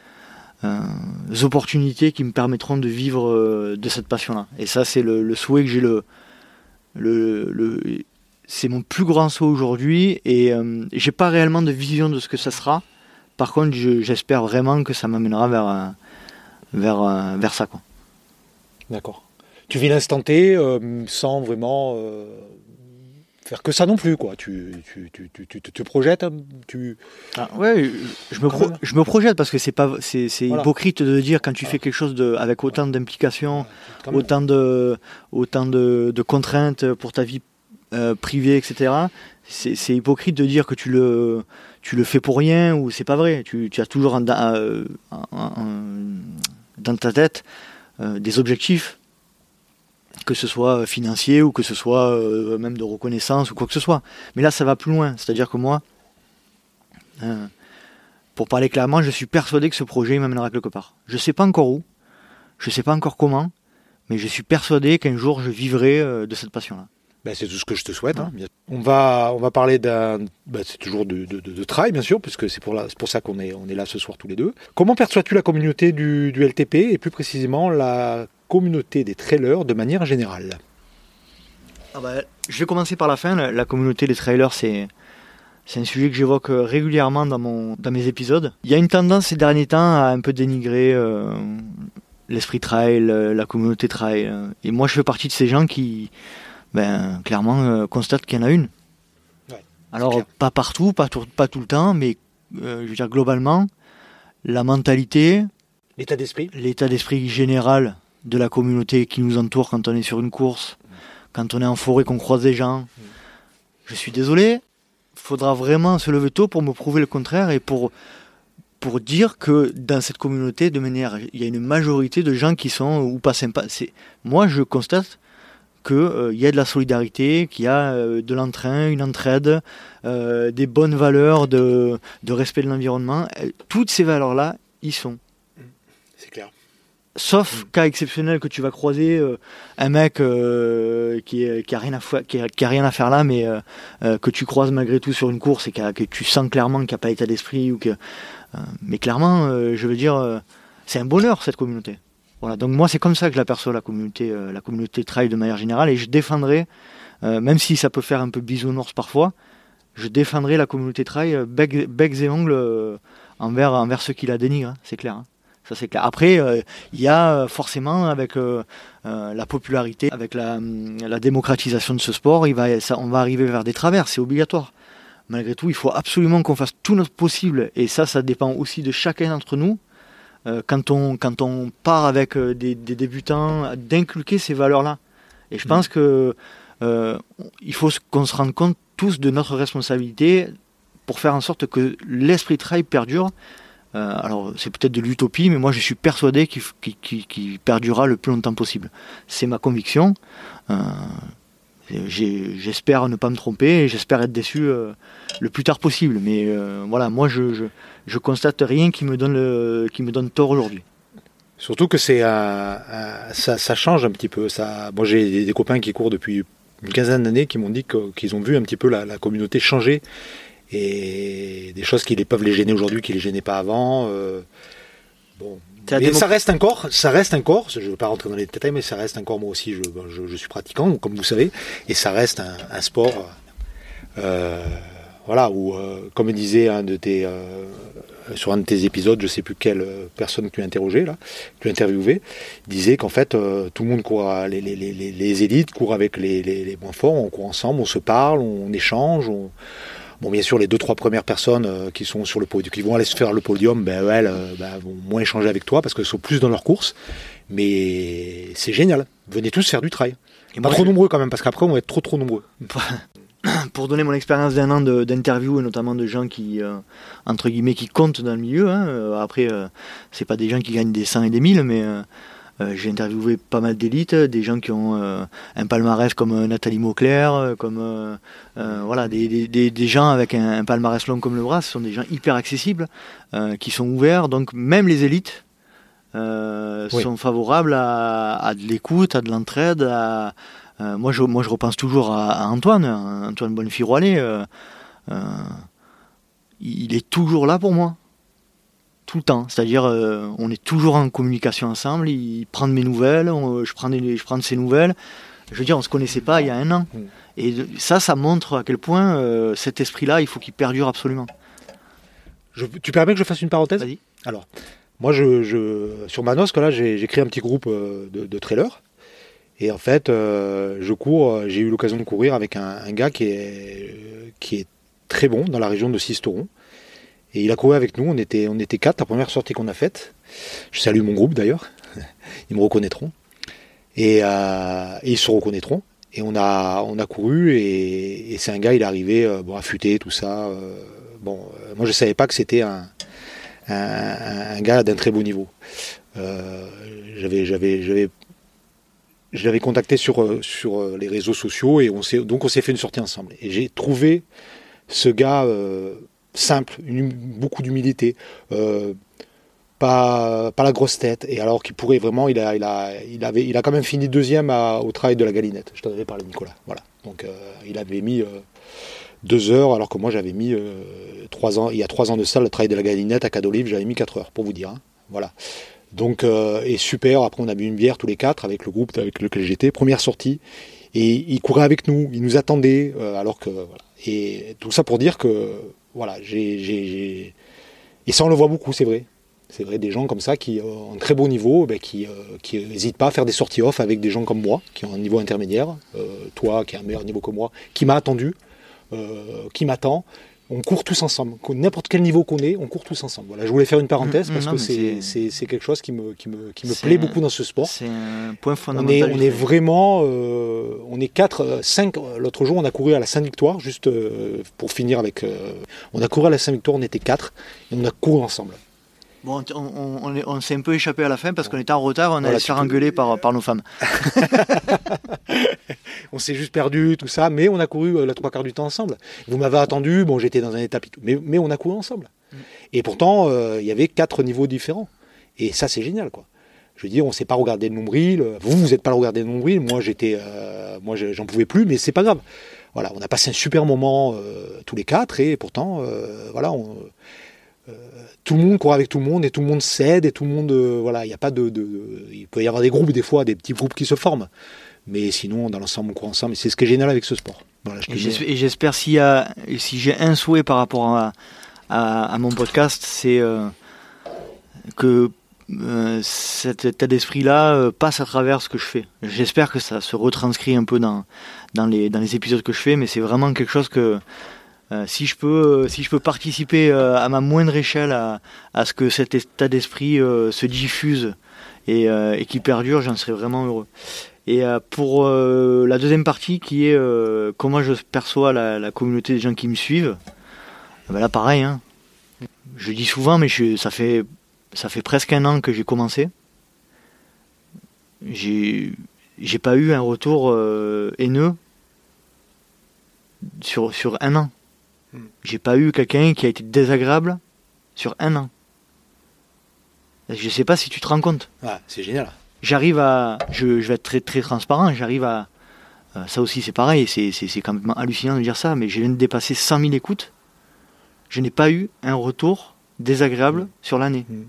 Euh, opportunités qui me permettront de vivre euh, de cette passion-là. Et ça, c'est le, le souhait que j'ai. Le, le, le, c'est mon plus grand souhait aujourd'hui. Et euh, j'ai pas réellement de vision de ce que ça sera. Par contre, je, j'espère vraiment que ça m'amènera vers, euh, vers, euh, vers ça, quoi. D'accord. Tu vis l'instant T euh, sans vraiment euh, faire que ça non plus, quoi. Tu, tu, tu, tu, tu te projettes, tu... Ah, ouais, je me, pro, je me projette parce que c'est pas, c'est, c'est voilà. Hypocrite de dire quand tu voilà. fais quelque chose de, avec autant d'implications, voilà, autant de, autant de, de contraintes pour ta vie euh, privée, et cetera. C'est, c'est hypocrite de dire que tu le, tu le fais pour rien ou c'est pas vrai. Tu, tu as toujours un, un, un, un, dans ta tête euh, des objectifs, que ce soit financier ou que ce soit euh, même de reconnaissance ou quoi que ce soit. Mais là, ça va plus loin. C'est-à-dire que moi, euh, pour parler clairement, je suis persuadé que ce projet m'amènera quelque part. Je ne sais pas encore où, je ne sais pas encore comment, mais je suis persuadé qu'un jour, je vivrai euh, de cette passion-là. Ben, c'est tout ce que je te souhaite. Hein. On va, on va parler d'un... Ben, c'est toujours de, de, de, de trail, bien sûr, puisque c'est pour, la, c'est pour ça qu'on est, on est là ce soir tous les deux. Comment perçois-tu la communauté du, du L T P et plus précisément la communauté des trailers de manière générale ? ah ben, Je vais commencer par la fin. La, la communauté des trailers, c'est, c'est un sujet que j'évoque régulièrement dans, mon, dans mes épisodes. Il y a une tendance ces derniers temps à un peu dénigrer euh, l'esprit trail, la communauté trail. Et moi, je fais partie de ces gens qui... Ben, clairement, euh, constate qu'il y en a une. Ouais, alors, pas partout, pas tout, pas tout le temps, mais euh, je veux dire, globalement, la mentalité, l'état d'esprit, l'état d'esprit général de la communauté qui nous entoure quand on est sur une course, mmh. quand on est en forêt, qu'on croise des gens. Mmh. Je suis désolé, il faudra vraiment se lever tôt pour me prouver le contraire et pour, pour dire que dans cette communauté, de manière, il y a une majorité de gens qui sont ou pas sympas. C'est, moi, je constate qu'il euh, y a de la solidarité, qu'il y a euh, de l'entrain, une entraide, euh, des bonnes valeurs de, de respect de l'environnement. Toutes ces valeurs-là, y sont. C'est clair. Sauf mmh. cas exceptionnel que tu vas croiser euh, un mec euh, qui, est, qui, a rien à fa- qui, a, qui a rien à faire là, mais euh, euh, que tu croises malgré tout sur une course et que, que tu sens clairement qu'il n'y a pas d'état d'esprit. Ou que, euh, mais clairement, euh, je veux dire, euh, c'est un bonheur cette communauté. Voilà, donc moi c'est comme ça que je l'aperçois la communauté, euh, la communauté trail de manière générale, et je défendrai, euh, même si ça peut faire un peu bisounours parfois, je défendrai la communauté trail euh, becs, becs et ongles euh, envers, envers ceux qui la dénigrent, hein, c'est clair. Hein. Ça c'est clair. Après, il euh, y a forcément avec euh, euh, la popularité, avec la, la démocratisation de ce sport, il va, ça, on va arriver vers des travers, c'est obligatoire. Malgré tout, il faut absolument qu'on fasse tout notre possible, et ça, ça dépend aussi de chacun d'entre nous. Quand on, quand on part avec des, des débutants, d'inculquer ces valeurs-là. Et je pense mmh. que euh, il faut qu'on se rende compte tous de notre responsabilité pour faire en sorte que l'esprit trail perdure. Euh, alors c'est peut-être de l'utopie, mais moi je suis persuadé qu'il, qu'il, qu'il perdurera le plus longtemps possible. C'est ma conviction. Euh, j'ai, j'espère ne pas me tromper et j'espère être déçu euh, le plus tard possible. Mais euh, voilà, moi je, je, je constate rien qui me donne, le, qui me donne tort aujourd'hui. Surtout que c'est un, un, ça, ça change un petit peu. Ça, moi, j'ai des, des copains qui courent depuis une quinzaine d'années qui m'ont dit que, qu'ils ont vu un petit peu la, la communauté changer et des choses qui les peuvent les gêner aujourd'hui, qui les gênaient pas avant. Euh, bon, mais démo... ça reste encore, ça reste encore. Je ne veux pas rentrer dans les détails, mais ça reste encore. Moi aussi, je, je, je suis pratiquant, comme vous savez, et ça reste un, un sport. Euh, voilà, où, euh, comme disait un de tes euh, sur un de tes épisodes, je sais plus quelle personne que tu as interrogé là, que tu as interviewé, disait qu'en fait euh, tout le monde court, à, les, les, les, les élites courent avec les, les, les moins forts, on court ensemble, on se parle, on échange. On... Bon, bien sûr, les deux trois premières personnes euh, qui sont sur le podium, qui vont aller se faire le podium, ben elles euh, ben, vont moins échanger avec toi parce qu'elles sont plus dans leur course. Mais c'est génial. Venez tous faire du trail. Et pas trop je... nombreux quand même, parce qu'après on va être trop trop nombreux. Pour donner mon expérience d'un an de, d'interview, et notamment de gens qui, euh, entre guillemets, qui comptent dans le milieu, hein. Euh, après, euh, c'est pas des gens qui gagnent des cent et des mille, mais euh, euh, j'ai interviewé pas mal d'élites, des gens qui ont euh, un palmarès comme euh, Nathalie Mauclair, comme euh, euh, voilà, des, des, des, des gens avec un, un palmarès long comme le bras. Ce sont des gens hyper accessibles, euh, qui sont ouverts, donc même les élites euh, oui. sont favorables à, à de l'écoute, à de l'entraide, à Euh, moi, je, moi, je repense toujours à, à Antoine, à Antoine Bonnefiroilet. Euh, euh, il est toujours là pour moi, tout le temps. C'est-à-dire, euh, on est toujours en communication ensemble. Il prend de mes nouvelles, on, je, prends des, je prends de ses nouvelles. Je veux dire, on se connaissait pas il y a un an. Et ça, ça montre à quel point euh, cet esprit-là, il faut qu'il perdure absolument. Je, tu permets que je fasse une parenthèse ? Vas-y. Alors, moi, je, je, sur Manosque, là, j'ai, j'ai créé un petit groupe de, de trailers. Et en fait, euh, je cours, j'ai eu l'occasion de courir avec un, un gars qui est, qui est très bon dans la région de Sisteron. Et il a couru avec nous, on était, on était quatre, la première sortie qu'on a faite. Je salue mon groupe d'ailleurs, ils me reconnaîtront. Et, euh, et ils se reconnaîtront. Et on a, on a couru et, et c'est un gars, il est arrivé, euh, bon, affûté, tout ça. Euh, bon, euh, moi je savais pas que c'était un, un, un gars d'un très beau niveau. Euh, j'avais, j'avais, j'avais Je l'avais contacté sur, sur les réseaux sociaux et on s'est, donc on s'est fait une sortie ensemble. Et j'ai trouvé ce gars euh, simple, une, beaucoup d'humilité, euh, pas, pas la grosse tête. Et alors qu'il pourrait vraiment, il a, il a, il avait, il a quand même fini deuxième à, au trail de la Galinette. Je t'en avais parlé, Nicolas. Voilà. Donc euh, il avait mis euh, deux heures, alors que moi j'avais mis euh, trois ans. Il y a trois ans de ça, le trail de la Galinette à Cadolive, j'avais mis quatre heures pour vous dire. Hein. Voilà. Donc, euh, et super, après on a bu une bière tous les quatre avec le groupe avec lequel j'étais, première sortie, et il courait avec nous, il nous attendait, euh, alors que, voilà. Et tout ça pour dire que, voilà, j'ai, j'ai, j'ai... Et ça on le voit beaucoup, c'est vrai. C'est vrai, des gens comme ça qui ont un très beau niveau, ben, qui qui n'hésitent pas à faire des sorties off avec des gens comme moi, qui ont un niveau intermédiaire, euh, toi qui as un meilleur niveau que moi, qui m'a attendu, euh, qui m'attend. On court tous ensemble, n'importe quel niveau qu'on est, on court tous ensemble. Voilà, je voulais faire une parenthèse mmh, parce non, que c'est, c'est, c'est quelque chose qui me, qui me, qui me plaît un, beaucoup dans ce sport. C'est un point fondamental. On est, on est vraiment, euh, on est quatre, cinq. L'autre jour, on a couru à la Sainte-Victoire, juste euh, pour finir avec. Euh, on a couru à la Sainte-Victoire, on était quatre et on a couru ensemble. Bon, on, on, on, est, on s'est un peu échappé à la fin parce qu'on était en retard, on allait se faire engueuler par, par nos femmes. On s'est juste perdu, tout ça, mais on a couru euh, la trois quarts du temps ensemble. Vous m'avez attendu, bon, j'étais dans un état pitou, mais, mais on a couru ensemble. Mm. Et pourtant, il euh, y avait quatre niveaux différents. Et ça, c'est génial, quoi. Je veux dire, on ne s'est pas regardé le nombril. Vous, vous n'êtes pas regardé le nombril. Moi, j'étais, euh, moi, j'en pouvais plus, mais c'est pas grave. Voilà, on a passé un super moment euh, tous les quatre, et pourtant, euh, voilà, on, euh, tout le monde court avec tout le monde, et tout le monde s'aide, et tout le monde, euh, voilà, il y a pas de, de, de, il peut y avoir des groupes des fois, des petits groupes qui se forment. Mais sinon, dans l'ensemble, on court ensemble. Et c'est ce qui est génial avec ce sport. Voilà, je et, j'espère, et j'espère s'il y a, si j'ai un souhait par rapport à, à, à mon podcast, c'est euh, que euh, cet état d'esprit-là euh, passe à travers ce que je fais. J'espère que ça se retranscrit un peu dans, dans, les, dans les épisodes que je fais, mais c'est vraiment quelque chose que euh, si, je peux, euh, si je peux participer euh, à ma moindre échelle à, à ce que cet état d'esprit euh, se diffuse et, euh, et qui perdure, j'en serais vraiment heureux. Et euh, pour euh, la deuxième partie qui est euh, comment je perçois la, la communauté des gens qui me suivent, ben là pareil, hein. Je dis souvent, mais je, ça fait ça fait presque un an que j'ai commencé. J'ai j'ai pas eu un retour euh, haineux sur sur un an. J'ai pas eu quelqu'un qui a été désagréable sur un an. Je sais pas si tu te rends compte. Ouais, c'est génial. J'arrive à... Je, je vais être très, très transparent, j'arrive à... Euh, ça aussi c'est pareil, c'est, c'est, c'est quand même hallucinant de dire ça, mais je viens de dépasser cent mille écoutes. Je n'ai pas eu un retour désagréable mmh. sur l'année. Mmh.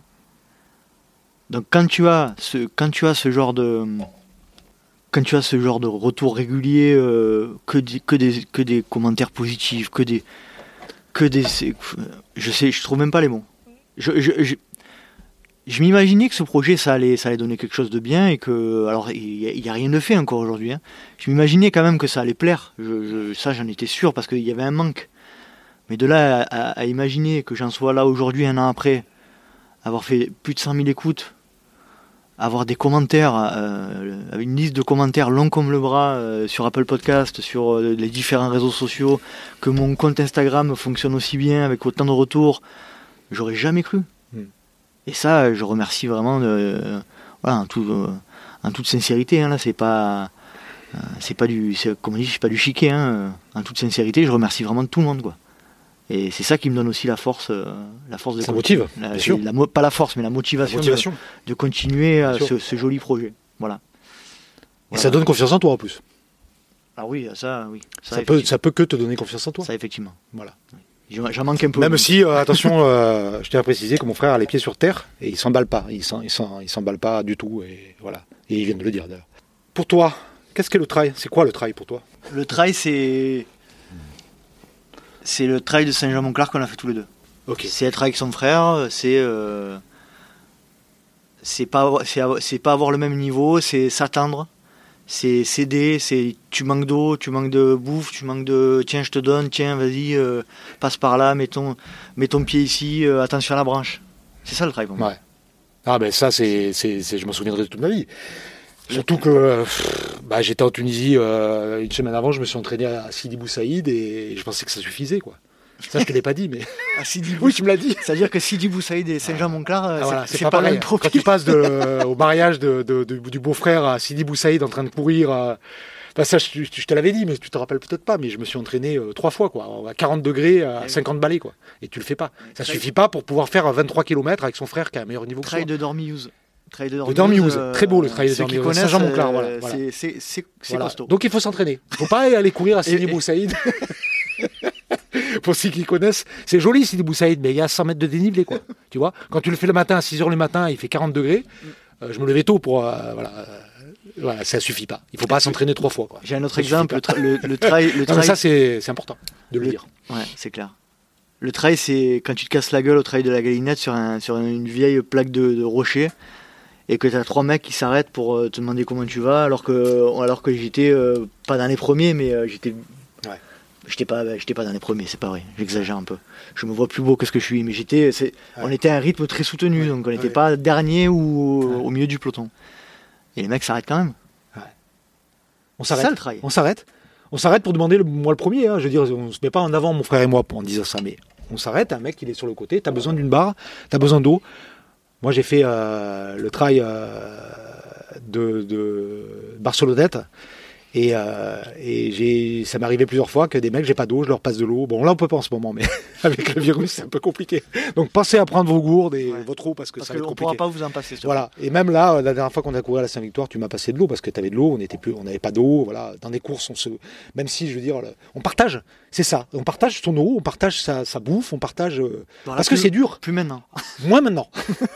Donc quand tu as ce, quand tu as ce genre de... Quand tu as ce genre de retour régulier, euh, que, des, que, des, que des commentaires positifs, que des... Que des je sais, je trouve même pas les mots. Je, je, je, je m'imaginais que ce projet, ça allait, ça allait donner quelque chose de bien et que... Alors, il n'y a, a rien de fait encore aujourd'hui. Hein. Je m'imaginais quand même que ça allait plaire. Je, je, ça, j'en étais sûr parce qu'il y avait un manque. Mais de là à, à, à imaginer que j'en sois là aujourd'hui, un an après, avoir fait plus de cent mille écoutes, avoir des commentaires, euh, une liste de commentaires longs comme le bras euh, sur Apple Podcast, sur euh, les différents réseaux sociaux, que mon compte Instagram fonctionne aussi bien avec autant de retours, j'aurais jamais cru. Mm. Et ça, je remercie vraiment, de, euh, voilà, en, tout, euh, en toute sincérité. Hein, là, c'est pas, euh, c'est pas du, c'est, comme on dit, c'est pas du chiquet. Hein, en toute sincérité, je remercie vraiment tout le monde, quoi. Et c'est ça qui me donne aussi la force, euh, la force de ça motive, la, bien sûr. La, pas la force, mais la motivation, la motivation. De, de continuer euh, ce, ce joli projet. Voilà. Et voilà. ça donne confiance en toi en plus. Ah oui, ça, oui. Ça, ça peut, ça peut que te donner confiance en toi. Ça, effectivement. Voilà. J'en, j'en manque un peu. Même si, euh, attention, euh, je tiens à préciser que mon frère a les pieds sur terre et il s'emballe pas. Il, s'en, il, s'en, il s'emballe pas du tout. Et voilà. Et il vient de le dire d'ailleurs. Pour toi, qu'est-ce qu'est le trail ? C'est quoi le trail pour toi ? Le trail, c'est. C'est le trail de Saint-Jean-Montclar qu'on a fait tous les deux. Okay. C'est être avec son frère, c'est euh, c'est pas c'est, c'est pas avoir le même niveau, c'est s'attendre, c'est céder, c'est tu manques d'eau, tu manques de bouffe, tu manques de tiens je te donne, tiens vas-y euh, passe par là, mets ton mets ton pied ici, euh, attention à la branche. C'est ça le trail pour moi. Ouais. Ah ben ça c'est, c'est, c'est je m'en souviendrai de toute ma vie. Surtout que euh, bah, j'étais en Tunisie euh, une semaine avant, je me suis entraîné à Sidi Bou Saïd et je pensais que ça suffisait, quoi. Ça, je te l'ai pas dit, mais. À Sidi Bou... Oui, tu me l'as dit. C'est-à-dire que Sidi Bou Saïd et Saint-Jean-Montclar, ah, voilà, c'est, c'est, c'est pas, pas pareil. le même profil. Quand tu passes de, au mariage de, de, de, du beau-frère à Sidi Bou Saïd en train de courir. Euh... Enfin, ça, je, je te l'avais dit, mais tu te rappelles peut-être pas, mais je me suis entraîné euh, trois fois, quoi, à quarante degrés, à cinquante balais, quoi. Et tu le fais pas. Ça trail... suffit pas pour pouvoir faire vingt-trois kilomètres avec son frère qui a un meilleur niveau que toi. Trail de Dormiouz. Trail de Dormiouz, euh, très beau le trail de Dormiouz. Saint-Jean-Montclar, voilà. Euh, voilà. C'est, c'est, c'est, c'est voilà. costaud. Donc il faut s'entraîner. Il faut pas aller courir à Sidi Bou Saïd. Pour ceux qui connaissent, c'est joli Sidi Bou Saïd, mais il y a cent mètres de dénivelé, quoi. Tu vois, quand tu le fais le matin à six heures le matin, il fait quarante degrés. Euh, je me levais tôt pour euh, voilà. Euh, voilà, ça suffit pas. Il faut pas s'entraîner trois fois, quoi. J'ai un autre ça exemple, le, tra- le, le trail. Le trail... Non, ça c'est, c'est important de le, le dire. Ouais, c'est clair. Le trail, c'est quand tu te casses la gueule au trail de la Galinette sur, un, sur une vieille plaque de, de rocher et que tu as trois mecs qui s'arrêtent pour te demander comment tu vas, alors que, alors que j'étais euh, pas dans les premiers, mais euh, j'étais. Ouais. J'étais pas, j'étais pas dans les premiers, c'est pas vrai, j'exagère un peu. Je me vois plus beau que ce que je suis, mais j'étais. C'est, ouais. On était à un rythme très soutenu, ouais. Donc on n'était ouais. pas dernier ou ouais. au milieu du peloton. Et les mecs s'arrêtent quand même. Ouais. On s'arrête. C'est ça le trail. On s'arrête. On s'arrête pour demander le, moi le premier. Hein. Je veux dire, on se met pas en avant, mon frère et moi, en disant ça, mais on s'arrête. Un mec, il est sur le côté. T'as besoin d'une barre, t'as besoin d'eau. Moi, j'ai fait euh, le trail euh, de, de Barcelonnette. Et, euh, et j'ai, ça m'est arrivé plusieurs fois que des mecs, j'ai pas d'eau, je leur passe de l'eau. Bon, là, on peut pas en ce moment, mais avec le virus, c'est un peu compliqué. Donc, pensez à prendre vos gourdes et ouais. votre eau parce que parce ça que va être compliqué. On pourra pas vous en passer. Voilà. Et même là, la dernière fois qu'on a couru à la Saint-Victoire, tu m'as passé de l'eau parce que tu avais de l'eau. On était plus, on n'avait pas d'eau. Voilà. Dans des courses, on se, même si je veux dire, on partage. C'est ça. On partage son eau, on partage sa, sa bouffe, on partage euh, voilà, parce plus, que c'est dur. Plus maintenant. Moins maintenant.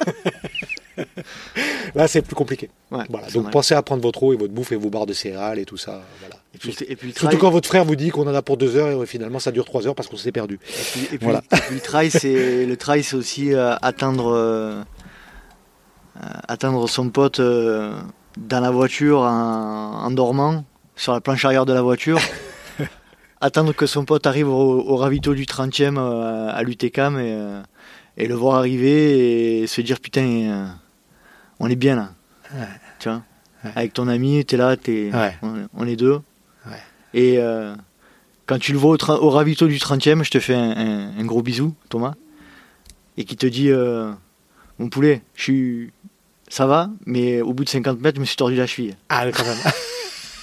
Là, c'est plus compliqué. Ouais, voilà. Donc, vrai. Pensez à prendre votre eau et votre bouffe et vos barres de céréales et tout ça. Voilà. Et puis, et puis, surtout trail... quand votre frère vous dit qu'on en a pour deux heures et finalement ça dure trois heures parce qu'on s'est perdu. Et puis, et puis, voilà. et puis le trail, c'est le trail, c'est aussi euh, atteindre, euh, atteindre son pote euh, dans la voiture en, en dormant sur la planche arrière de la voiture. Attendre que son pote arrive au, au ravito du trentième euh, à l'U T C A M et, euh, et le voir arriver et se dire putain, euh, on est bien là. Ouais. Tu vois, ouais. Avec ton ami, t'es là, t'es, ouais. on, on est deux. Ouais. Et euh, quand tu le vois au, tra- au ravito du trentième, je te fais un, un, un gros bisou, Thomas, et qui te dit euh, mon poulet, je suis, ça va, mais au bout de cinquante mètres, je me suis tordu la cheville. Ah, quand même.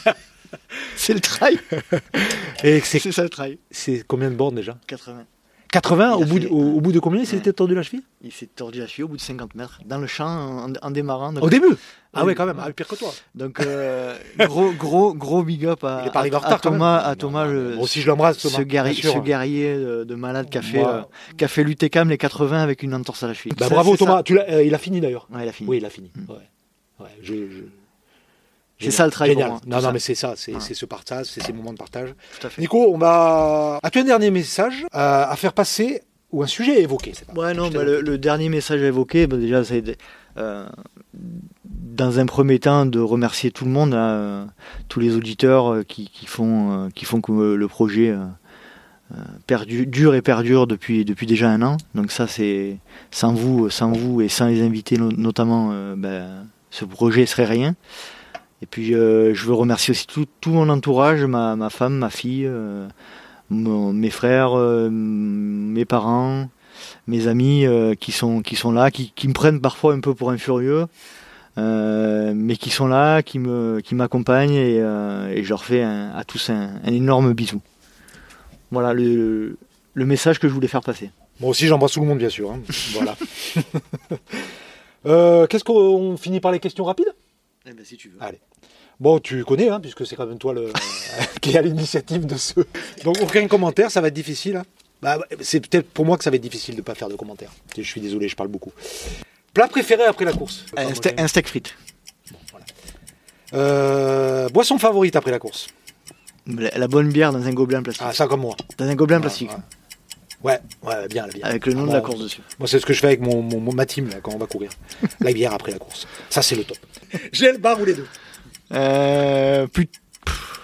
C'est le trail. Et c'est, c'est ça le trail. C'est combien de bornes déjà ? quatre-vingts. quatre-vingts, Il au a bout, fait- de, au, au bout de combien il s'était Ouais. tordu la cheville? Il s'est tordu la cheville au bout de cinquante mètres, dans le champ, en, en démarrant. Donc, Au début. Ah Oui. ouais, quand même, ah, pire que toi. donc euh, gros, gros, gros big up à, Il est pas arrivé en à- retard à Thomas, quand même. à Thomas Non, non, le, moi aussi je l'embrasse, Thomas. ce, guerrier, bien sûr. ce guerrier de, de malade qui a fait, Moi- euh, qui a fait l'U T C A M les quatre-vingts avec une entorse à la cheville. Bah, C'est- bravo c'est Thomas, ça. tu l'as- euh, il a fini d'ailleurs. Ouais, il a fini. Oui, il a fini. Mm. Ouais. Ouais, je, je- C'est Génial. ça le travail pour Génial. moi, Non, tout non, ça. mais c'est ça, c'est Ouais. c'est ce partage, c'est ces moments de partage. Tout à fait. Nico, on va. As-tu un dernier message à, à faire passer ou un sujet à évoquer? C'est pas- Ouais, non, je te bah, donne. le, le dernier message à évoquer, bah, déjà, c'est euh, dans un premier temps de remercier tout le monde, hein, euh, tous les auditeurs euh, qui, qui font, euh, qui font que euh, le projet euh, euh, perdu, dure et perdure depuis, depuis déjà un an. Donc ça, c'est sans vous, sans vous et sans les invités no- notamment, euh, ben, ce projet serait rien. Et puis euh, je veux remercier aussi tout, tout mon entourage, ma, ma femme, ma fille, euh, mon- mes frères, euh, mes parents, mes amis euh, qui sont qui sont là, qui, qui me prennent parfois un peu pour un furieux, euh, mais qui sont là, qui me qui m'accompagnent et, euh, et je leur fais un- à tous un, un énorme bisou. Voilà le, le message que je voulais faire passer. Moi aussi, j'embrasse tout le monde, bien sûr. hein. Voilà. Euh, Qu'est-ce qu'on finit par les questions rapides? Eh ben, si tu veux. Allez. Bon, tu connais, hein, puisque c'est quand même toi le, qui est à l'initiative de ce. Donc, aucun commentaire, ça va être difficile. hein. Bah, c'est peut-être pour moi que ça va être difficile de ne pas faire de commentaires. Je suis désolé, je parle beaucoup. Plat préféré après la course? Un, ste- un steak frites. Euh, boisson favorite après la course? La, la bonne bière dans un gobelet en plastique. Ah, ça comme moi. Dans un gobelet en Ouais, plastique. Ouais, ouais, ouais, bien, la bière. Avec le nom Ah, de la bon, course dessus. Moi, c'est ce que je fais avec mon, mon- mon- ma team là, quand on va courir. La bière après la course. Ça, c'est le top. Gel, bar ou les deux? Euh, plus- pff.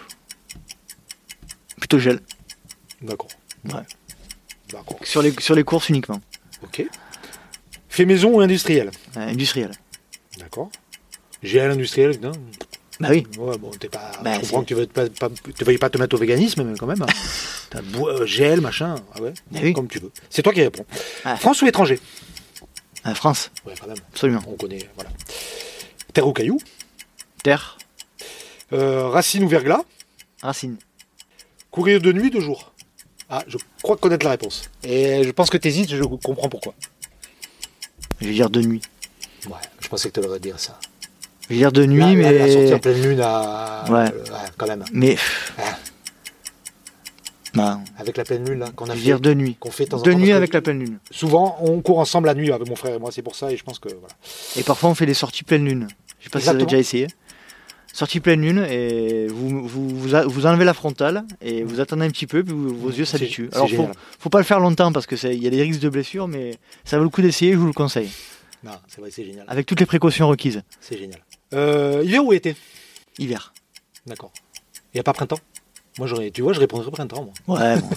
Plutôt gel. D'accord. Ouais. D'accord. Sur les, sur les courses uniquement. Ok. Fait maison ou industriel? Euh, industriel. D'accord. Gel industriel, non? Bah oui. Ouais, bon, t'es pas. Bah, je comprends c'est- que tu veux pas, pas, tu veuilles pas te mettre au véganisme, mais quand même. hein. T'as bo- euh, gel, machin. Ah ouais. Bah oui. Comme tu veux. C'est toi qui réponds. Ah. France ou étranger? Euh, France, Ouais, quand même. absolument. On connaît. Voilà. Terre ou caillou? Terre, Euh, racine ou verglas? racine. Courir de nuit, de jour? Ah, je crois connaître la réponse. Et je pense que t'hésites, je comprends pourquoi. Je vais dire de nuit. Ouais, je pensais que tu aurais dire ça. Je vais dire de nuit, La- la- mais. La sortie en pleine lune, à... Ouais. euh, ouais, quand même. Mais. Ah. Bah, Avec la pleine lune, là, qu'on je a vais fait, dire de nuit. qu'on fait de temps en De temps, nuit parce avec que la pleine lune. Souvent, on court ensemble la nuit avec mon frère et moi, c'est pour ça, et je pense que voilà. Et parfois, on fait des sorties pleine lune. Je sais pas si vous avez Exactement. déjà essayé. Sortie pleine lune, et vous, vous, vous, a- vous enlevez la frontale, et vous attendez un petit peu, puis vous- vos yeux C'est- s'habituent. c'est Alors, faut, génial. faut pas le faire longtemps, parce qu'il y a des risques de blessures, mais ça vaut le coup d'essayer, je vous le conseille. Non, c'est vrai, c'est génial. Avec toutes les précautions requises. C'est génial. Euh, hiver ou été? Hiver. D'accord. Il n'y a pas printemps? Moi, j'aurais, tu vois, je répondrais printemps, moi. Ouais, bon.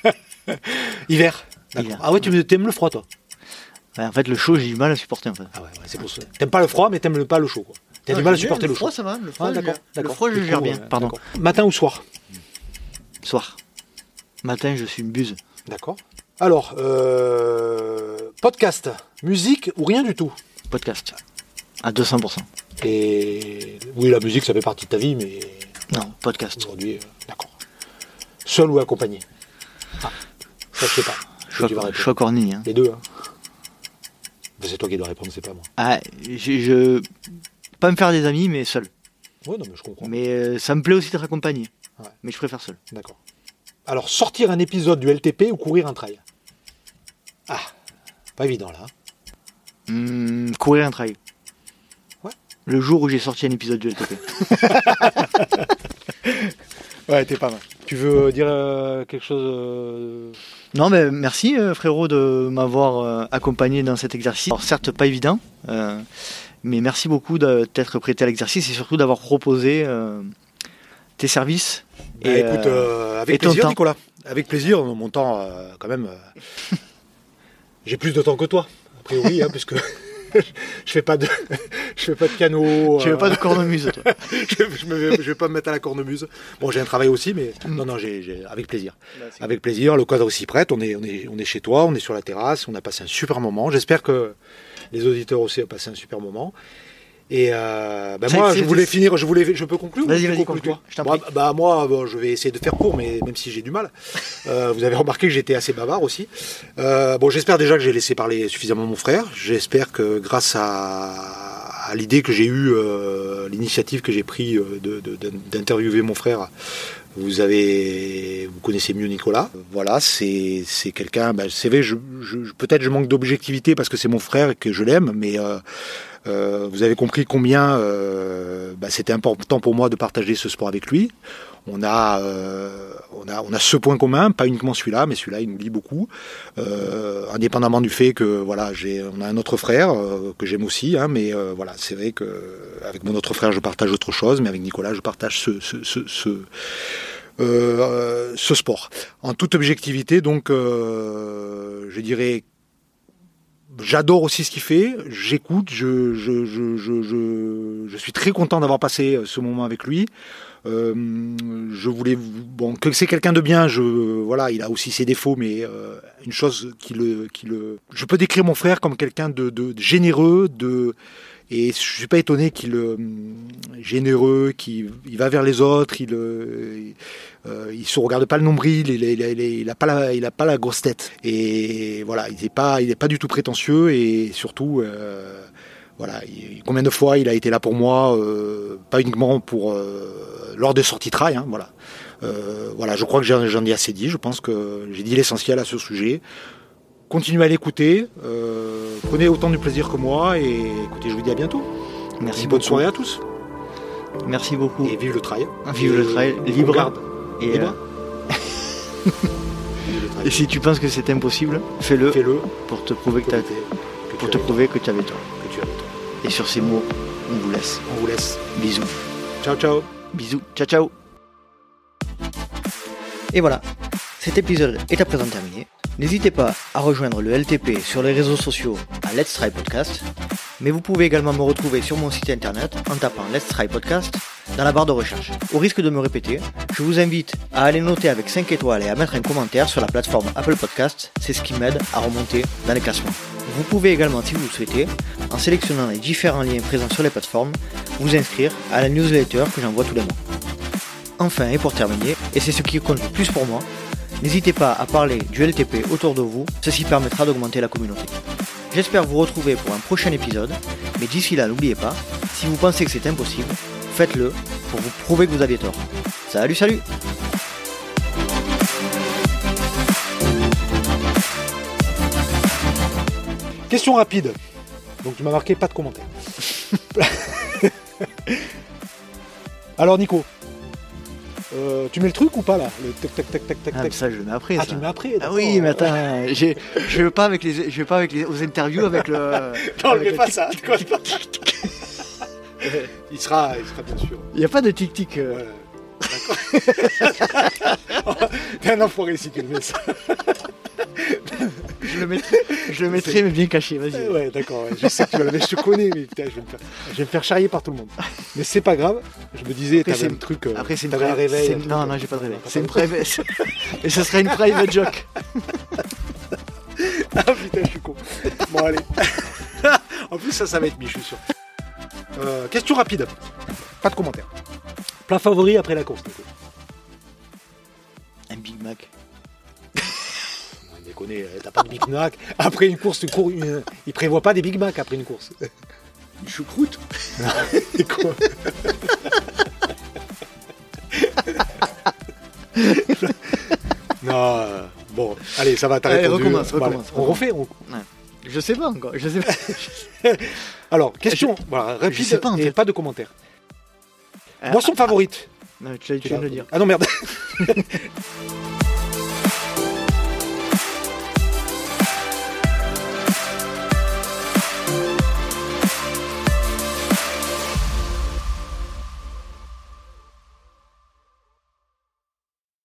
Hiver. D'accord. Hiver. Ah ouais, tu aimes le froid, toi? Ouais, en fait, le chaud, j'ai du mal à supporter, en fait. Ah ouais, ouais, c'est pour ça. T'aimes pas le froid, mais t'aimes le- pas le chaud, quoi. T'as du mal à supporter le, chaud. ça va. Le Ah, d'accord, Le d'accord. froid, je Du gère coup, bien. euh, Pardon. d'accord. Matin ou soir? Soir. Matin, je suis une buse. D'accord. Alors, euh, podcast, musique ou rien du tout? Podcast. À deux cents pour cent. Et oui, la musique, ça fait partie de ta vie, mais Non, podcast. aujourd'hui, euh, d'accord. Seul ou accompagné? Ah, ça, je sais pas. Choix, Tu vas répondre. choix corny. Hein. Les deux, hein. Ben, c'est toi qui dois répondre, c'est pas moi. Ah, je, je. Pas me faire des amis, mais seul. Ouais, non, mais je comprends. Mais euh, ça me plaît aussi d'être accompagné. Ouais. Mais je préfère seul. D'accord. Alors, sortir un épisode du L T P ou courir un trail? Ah, pas évident, là. Hum, courir un trail. Ouais. Le jour où j'ai sorti un épisode du L T P. Ouais, t'es pas mal. Tu veux dire euh, quelque chose euh, Non, mais merci euh, frérot de m'avoir euh, accompagné dans cet exercice. Alors certes pas évident, euh, mais merci beaucoup de t'être prêté à l'exercice et surtout d'avoir proposé euh, tes services. Bah, et, écoute, euh, euh, avec et ton plaisir, temps. Nicolas. Avec plaisir, mon temps, euh, quand même. euh, J'ai plus de temps que toi, a priori, hein, puisque je fais pas de, je fais pas de piano. Tu veux euh, pas de cornemuse, toi. je, je, me vais, je vais pas me mettre à la cornemuse. Bon, j'ai un travail aussi, mais non, non, j'ai, j'ai- avec plaisir. Avec plaisir, le cadre aussi prête. On est, on est, on est chez toi, on est sur la terrasse, on a passé un super moment. J'espère que les auditeurs aussi ont passé un super moment. Et euh, bah C'est- moi, c'est- je voulais c'est- finir, je voulais, je peux conclure. Vas-y, ou tu vas-y, conclus, conclue. toi Je t'en Moi, prie. bah moi, bon, je vais essayer de faire court, mais même si j'ai du mal. Euh, vous avez remarqué que j'étais assez bavard aussi. Euh, bon, j'espère déjà que j'ai laissé parler suffisamment mon frère. J'espère que grâce à, à l'idée que j'ai eue, euh, l'initiative que j'ai prise de, de, de- d'interviewer mon frère, vous avez, vous connaissez mieux Nicolas. Voilà, c'est c'est quelqu'un. Bah, c'est vrai, je, je, peut-être je manque d'objectivité parce que c'est mon frère et que je l'aime, mais euh, euh, vous avez compris combien euh, bah, c'était important pour moi de partager ce sport avec lui. On a, euh, on a, on a ce point commun, pas uniquement celui-là, mais celui-là, il nous lie beaucoup, euh, indépendamment du fait que voilà, j'ai, on a un autre frère euh, que j'aime aussi, hein, mais euh, voilà, c'est vrai que avec mon autre frère, je partage autre chose, mais avec Nicolas, je partage ce, ce, ce, ce Euh, ce sport. En toute objectivité, donc, euh, je dirais, j'adore aussi ce qu'il fait, j'écoute, je, je, je, je, je, je suis très content d'avoir passé ce moment avec lui. Euh, je voulais, bon, que c'est quelqu'un de bien, je, voilà, il a aussi ses défauts, mais euh, une chose qui le, qui le, je peux décrire mon frère comme quelqu'un de, de, de généreux, de et je suis pas étonné qu'il euh, généreux, qu'il il va vers les autres, il euh, euh, il se regarde pas le nombril, il, il, il, il a pas la il a pas la grosse tête. Et voilà, il est pas il est pas du tout prétentieux et surtout euh, voilà, il, combien de fois il a été là pour moi, euh, pas uniquement pour euh, lors des sorties trail, hein, voilà. Euh, voilà, je crois que j'en, j'en ai assez dit. Je pense que j'ai dit l'essentiel à ce sujet. Continuez à l'écouter, euh, prenez autant de plaisir que moi et écoutez, je vous dis à bientôt. Merci Bonne beaucoup. soirée à tous. Merci beaucoup. Et vive le trail. Vive le trail, Et libre. on garde. Et, Libre. euh, Vive le trail. et si tu penses que c'est impossible, fais-le Fais-le pour te prouver que, pour, t'as- que tu pour as te le prouver que tu avais tort. temps, que tu as le temps. Et sur ces mots, on vous laisse. On vous laisse. Bisous. Ciao, ciao. Bisous. Ciao, ciao. Et voilà, cet épisode est à présent terminé. N'hésitez pas à rejoindre le L T P sur les réseaux sociaux à Let's Try Podcast, mais vous pouvez également me retrouver sur mon site internet en tapant Let's Try Podcast dans la barre de recherche. Au risque de me répéter, je vous invite à aller noter avec cinq étoiles et à mettre un commentaire sur la plateforme Apple Podcast, c'est ce qui m'aide à remonter dans les classements. Vous pouvez également, si vous le souhaitez, en sélectionnant les différents liens présents sur les plateformes, vous inscrire à la newsletter que j'envoie tous les mois. Enfin, et pour terminer, et c'est ce qui compte le plus pour moi, n'hésitez pas à parler du L T P autour de vous, ceci permettra d'augmenter la communauté. J'espère vous retrouver pour un prochain épisode, mais d'ici là, n'oubliez pas, si vous pensez que c'est impossible, faites-le pour vous prouver que vous aviez tort. Salut, salut! Question rapide. Donc tu m'as marqué pas de commentaire. Alors Nico, euh, tu mets le truc ou pas là? Le tac tac tac tac tac Ah, mais tac. ça, je le mets après. Ah, ça. tu le mets après. Ah d'accord. oui, mais attends, j'ai- je vais pas avec les, je vais pas avec les, aux interviews avec le. Non, avec le fais le pas tic- ça. tu connais pas. Il sera, il sera bien sûr. Il y a pas de tic tic. euh. Voilà. D'accord. T'es un enfoiré si tu le mets ça. Je le mettrai, je le mettrai mais bien caché. Vas-y. Ouais, d'accord. Ouais. Je sais que tu vas le mettre, je te connais, mais putain, je vais me faire, je vais me faire charrier par tout le monde. Mais c'est pas grave. Je me disais, Après, t'avais c'est- un truc. euh, Après, c'est une t'avais un private- réveil. c'est- un truc, Non, euh, non, j'ai pas de réveil. t'as C'est une pas de- private. Et ce sera une private joke. Ah putain, je suis con. Bon, allez. En plus, ça, ça va être mis, je suis sûr. Euh, question rapide. Pas de commentaire. Plat favori après la course, Nico? Un Big Mac. On déconne, t'as pas de Big Mac. Après une course, tu cours, une... il prévoit pas des Big Mac après une course. Une choucroute. C'est quoi? Non, euh, bon, allez, ça va, t'as Allez, répondu. recommence, Voilà. recommence, On refait on... Je sais pas encore. Je sais pas. Alors, question, voilà, rapide, sais pas, en et fait. pas de commentaires. Ah, Boisson favorite? Non, tu, l'as- tu viens de le dire. Ah non, merde.